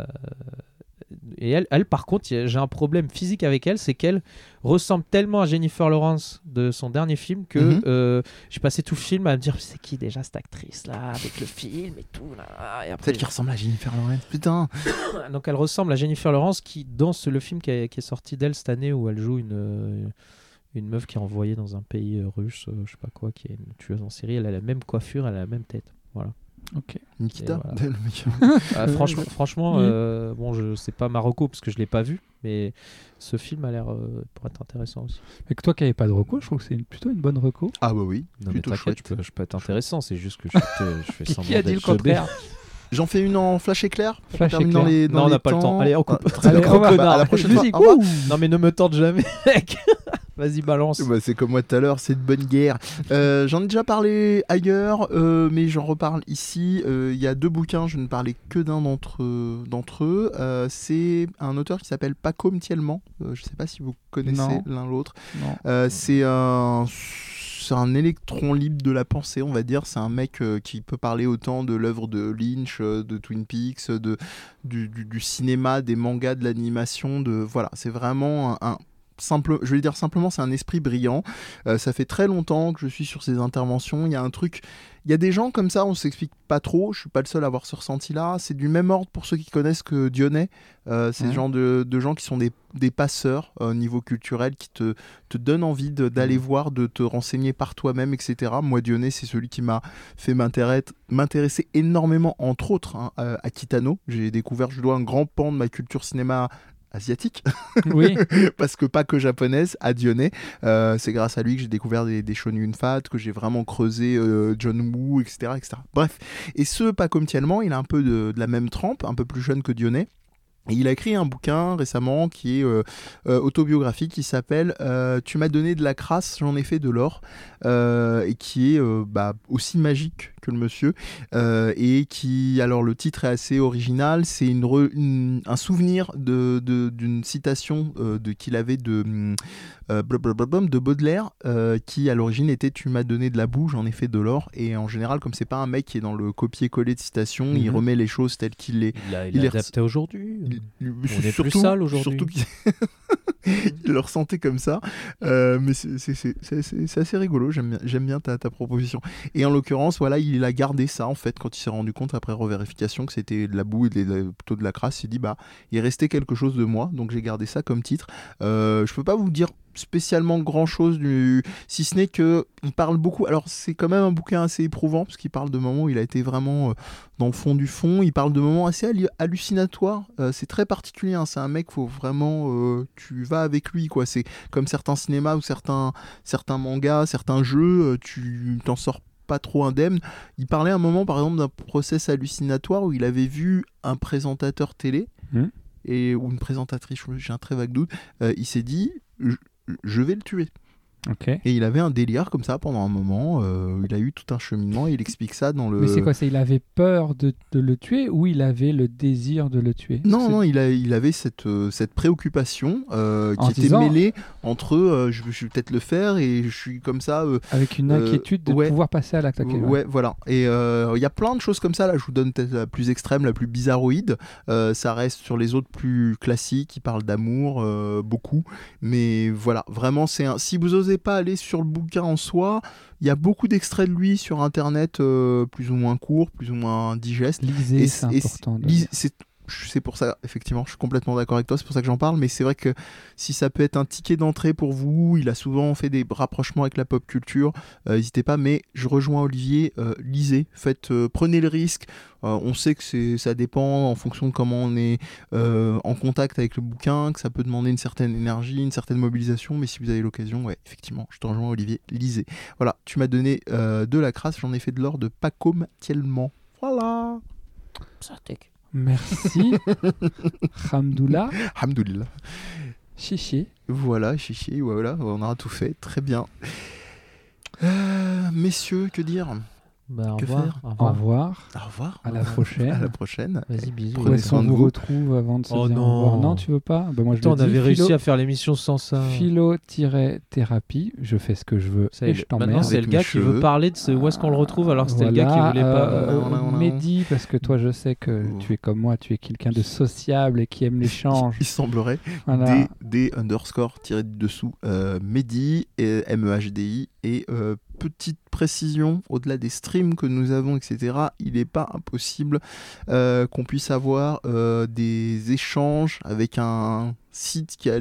Et elle, par contre, j'ai un problème physique avec elle, c'est qu'elle ressemble tellement à Jennifer Lawrence de son dernier film que j'ai passé tout le film à me dire c'est qui déjà cette actrice là avec le film et tout là. Et après, peut-être qu'il ressemble à Jennifer Lawrence. Putain. Donc elle ressemble à Jennifer Lawrence qui dans le film qui est sorti d'elle cette année où elle joue une meuf qui est envoyée dans un pays russe, je sais pas quoi, qui est une tueuse en série. Elle a la même coiffure, elle a la même tête. Voilà. Ok. Nikita. Voilà. Franchement, bon, c'est pas Marocco parce que je l'ai pas vu, mais ce film a l'air pour être intéressant aussi. Mais que toi qui n'avais pas de reco, je trouve que c'est plutôt une bonne reco. Ah bah oui. Non mais t'inquiète, je peux être intéressant, c'est juste que je fais semblant qui a dit le d'être chebé. contraire? J'en fais une en flash éclair. Flash éclair. Non, on n'a pas le temps. Allez, on coupe. Allez, à la prochaine fois. Non mais ne me tente jamais, mec. Vas-y, balance. Bah, c'est comme moi tout à l'heure, c'est de bonne guerre. J'en ai déjà parlé ailleurs, mais j'en reparle ici. Il y a 2 bouquins, je ne parlais que d'un d'entre eux. C'est un auteur qui s'appelle Paco Mtielman. Je ne sais pas si vous connaissez l'un l'autre. C'est un électron libre de la pensée, on va dire. C'est un mec qui peut parler autant de l'œuvre de Lynch, de Twin Peaks, du cinéma, des mangas, de l'animation. Voilà, c'est vraiment je vais dire simplement, c'est un esprit brillant. Ça fait très longtemps que je suis sur ses interventions. Il y a un truc, il y a des gens comme ça, on s'explique pas trop. Je suis pas le seul à avoir ce ressenti-là. C'est du même ordre pour ceux qui connaissent que Dionnet. C'est ce genre de gens qui sont des passeurs au niveau culturel, qui te donnent envie d'aller voir, de te renseigner par toi-même, etc. Moi, Dionnet, c'est celui qui m'a fait m'intéresser énormément, entre autres, à Kitano. J'ai découvert, je dois, un grand pan de ma culture cinéma asiatique, Oui. parce que pas que japonaise, à Dionnet. C'est grâce à lui que j'ai découvert des Shonen Fat, que j'ai vraiment creusé John Woo, etc., etc. Bref, et ce pas comme Tielman, il a un peu de la même trempe, un peu plus jeune que Dionnet. Et il a écrit un bouquin récemment qui est autobiographique, qui s'appelle Tu m'as donné de la crasse, j'en ai fait de l'or, et qui est aussi magique que le monsieur, et qui, alors le titre est assez original, c'est un souvenir d'une citation qu'il avait de Baudelaire, qui à l'origine était Tu m'as donné de la boue, j'en ai fait de l'or, et en général, comme c'est pas un mec qui est dans le copier-coller de citations, il remet les choses telles qu'il les... Il est adapté aujourd'hui. On est plus sale aujourd'hui. Surtout qu'il le ressentait comme ça, mais c'est assez rigolo, j'aime bien ta proposition. Et en l'occurrence, voilà, il a gardé ça en fait quand il s'est rendu compte après revérification que c'était de la boue et plutôt de la crasse. Il s'est dit il est resté quelque chose de moi, donc j'ai gardé ça comme titre. Je peux pas vous dire spécialement grand chose si ce n'est que il parle beaucoup. Alors c'est quand même un bouquin assez éprouvant parce qu'il parle de moments où il a été vraiment dans le fond du fond. Il parle de moments assez hallucinatoires. C'est très particulier, hein. C'est un mec, faut vraiment tu vas avec lui quoi. C'est comme certains cinémas ou certains mangas, certains jeux, tu t'en sors pas trop indemne. Il parlait à un moment par exemple d'un process hallucinatoire où il avait vu un présentateur télé ou une présentatrice, j'ai un très vague doute, il s'est dit je vais le tuer. Okay. Et il avait un délire comme ça pendant un moment, il a eu tout un cheminement et il explique ça dans le... Mais c'est quoi, il avait peur de le tuer ou il avait le désir de le tuer? Non, il avait cette préoccupation qui était mêlée entre je vais peut-être le faire et je suis comme ça... avec une inquiétude de pouvoir passer à l'acte. Ouais, voilà. Et il y a plein de choses comme ça, là je vous donne peut-être la plus extrême, la plus bizarroïde, ça reste sur les autres plus classiques, qui parlent d'amour beaucoup, mais voilà, vraiment si vous osez pas aller sur le bouquin en soi, il y a beaucoup d'extraits de lui sur internet, plus ou moins courts, plus ou moins digestes. Lisez, c'est important. C'est pour ça, effectivement, je suis complètement d'accord avec toi, c'est pour ça que j'en parle, mais c'est vrai que si ça peut être un ticket d'entrée pour vous, il a souvent fait des rapprochements avec la pop culture, n'hésitez pas, mais je rejoins Olivier, lisez, prenez le risque. On sait que ça dépend en fonction de comment on est en contact avec le bouquin, que ça peut demander une certaine énergie, une certaine mobilisation, mais si vous avez l'occasion, ouais, effectivement, je te rejoins Olivier, lisez. Voilà, tu m'as donné de la crasse, j'en ai fait de l'or de Pacôme Tielman. Voilà. Merci. Hamdoullah. Hamdoullah. Chichi. Voilà, chichi, voilà, on aura tout fait, très bien. Messieurs, que dire? Au que revoir. faire? Au revoir. Au revoir. À la prochaine. À la prochaine. Vas-y, bisous. Où est-ce qu'on nous retrouve avant de se dire au revoir? Non, tu veux pas? Moi, on avait réussi à faire l'émission sans ça. Philo-thérapie, je fais ce que je veux et je t'emmerde. Maintenant, c'est le gars qui veut parler de où est-ce qu'on le retrouve, alors c'était le gars qui voulait pas. Mehdi, parce que toi, je sais que tu es comme moi, tu es quelqu'un de sociable et qui aime l'échange. Il semblerait. Voilà. D__dessous Mehdi, MEHDI, et petite précision, au-delà des streams que nous avons, etc., il n'est pas impossible qu'on puisse avoir des échanges avec un site qui a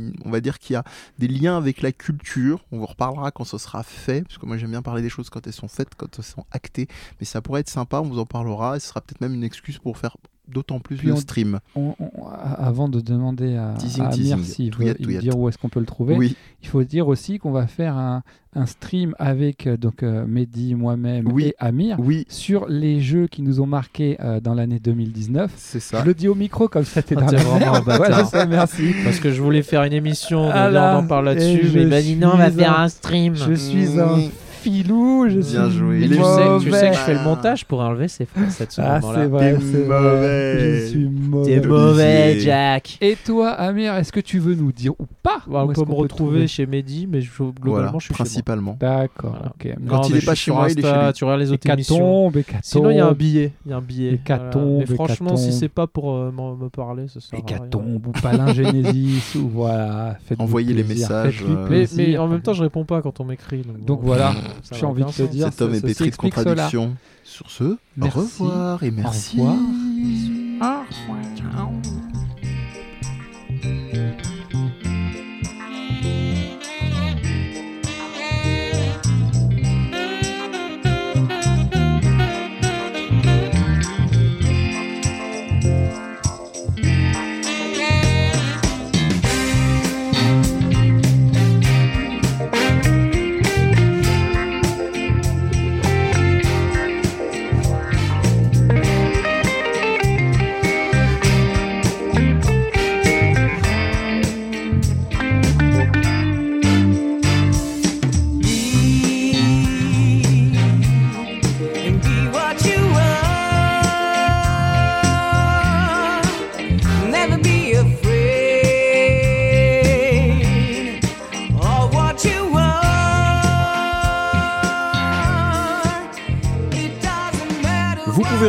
des liens avec la culture. On vous reparlera quand ce sera fait, parce que moi j'aime bien parler des choses quand elles sont faites, quand elles sont actées, mais ça pourrait être sympa, on vous en parlera, et ce sera peut-être même une excuse pour faire d'autant plus de stream. Avant de demander à Amir s'il veut dire où est-ce qu'on peut le trouver, il faut dire aussi qu'on va faire un stream avec Mehdi, moi-même et Amir sur les jeux qui nous ont marqués dans l'année 2019. C'est ça. Je le dis au micro comme ça, t'es dans la merde. Ouais, je sais, merci. Parce que je voulais faire une émission, on en parle là-dessus, mais il m'a dit non, on va faire un stream. Je suis un filou, je bien suis joué. Mais tu sais que je fais le montage pour enlever ces phrases à ce moment-là. C'est vrai, T'es mauvais. Je suis mauvais. T'es mauvais, Jack. Et toi, Amir, est-ce que tu veux nous dire ou pas on peut me retrouver chez Mehdi, mais globalement, je suis principalement. Chez moi. D'accord. Voilà. Okay. Quand il n'est pas chez moi, il est chez lui. Tu regardes les autres émissions. Sinon, il y a un billet. Hécatombe. Mais franchement, si c'est pas pour me parler, ça sert à rien. Hécatombe ou Palingénésis ou voilà. Envoyez les messages. Mais en même temps, je réponds pas quand on m'écrit. Donc voilà, j'ai envie de te dire. Cet homme est pétri de contradictions. Sur ce, au revoir et merci. Au revoir. Ciao.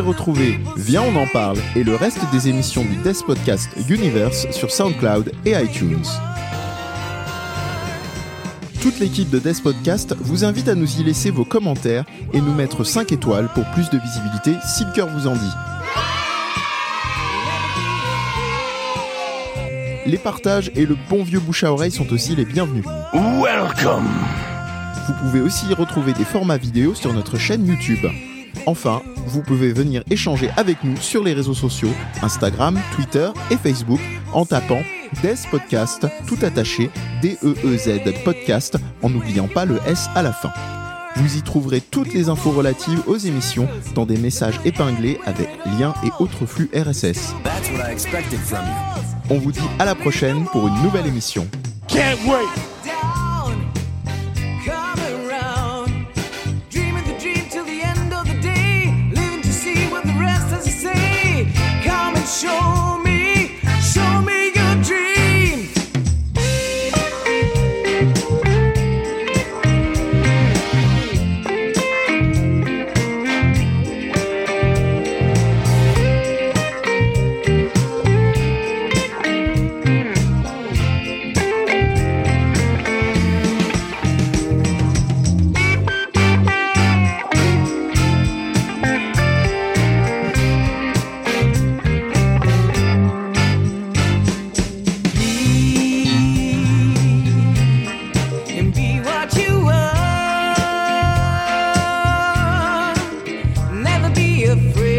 retrouver Viens on en parle et le reste des émissions du Death Podcast Universe sur SoundCloud et iTunes. Toute l'équipe de Death Podcast vous invite à nous y laisser vos commentaires et nous mettre 5 étoiles pour plus de visibilité si le cœur vous en dit. Les partages et le bon vieux bouche à oreille sont aussi les bienvenus. Welcome. Vous pouvez aussi y retrouver des formats vidéo sur notre chaîne YouTube. Enfin, vous pouvez venir échanger avec nous sur les réseaux sociaux, Instagram, Twitter et Facebook, en tapant Death Podcast, tout attaché, DEEZ Podcast, en n'oubliant pas le S à la fin. Vous y trouverez toutes les infos relatives aux émissions dans des messages épinglés avec liens et autres flux RSS. On vous dit à la prochaine pour une nouvelle émission. Can't wait. Show me your dream. Afraid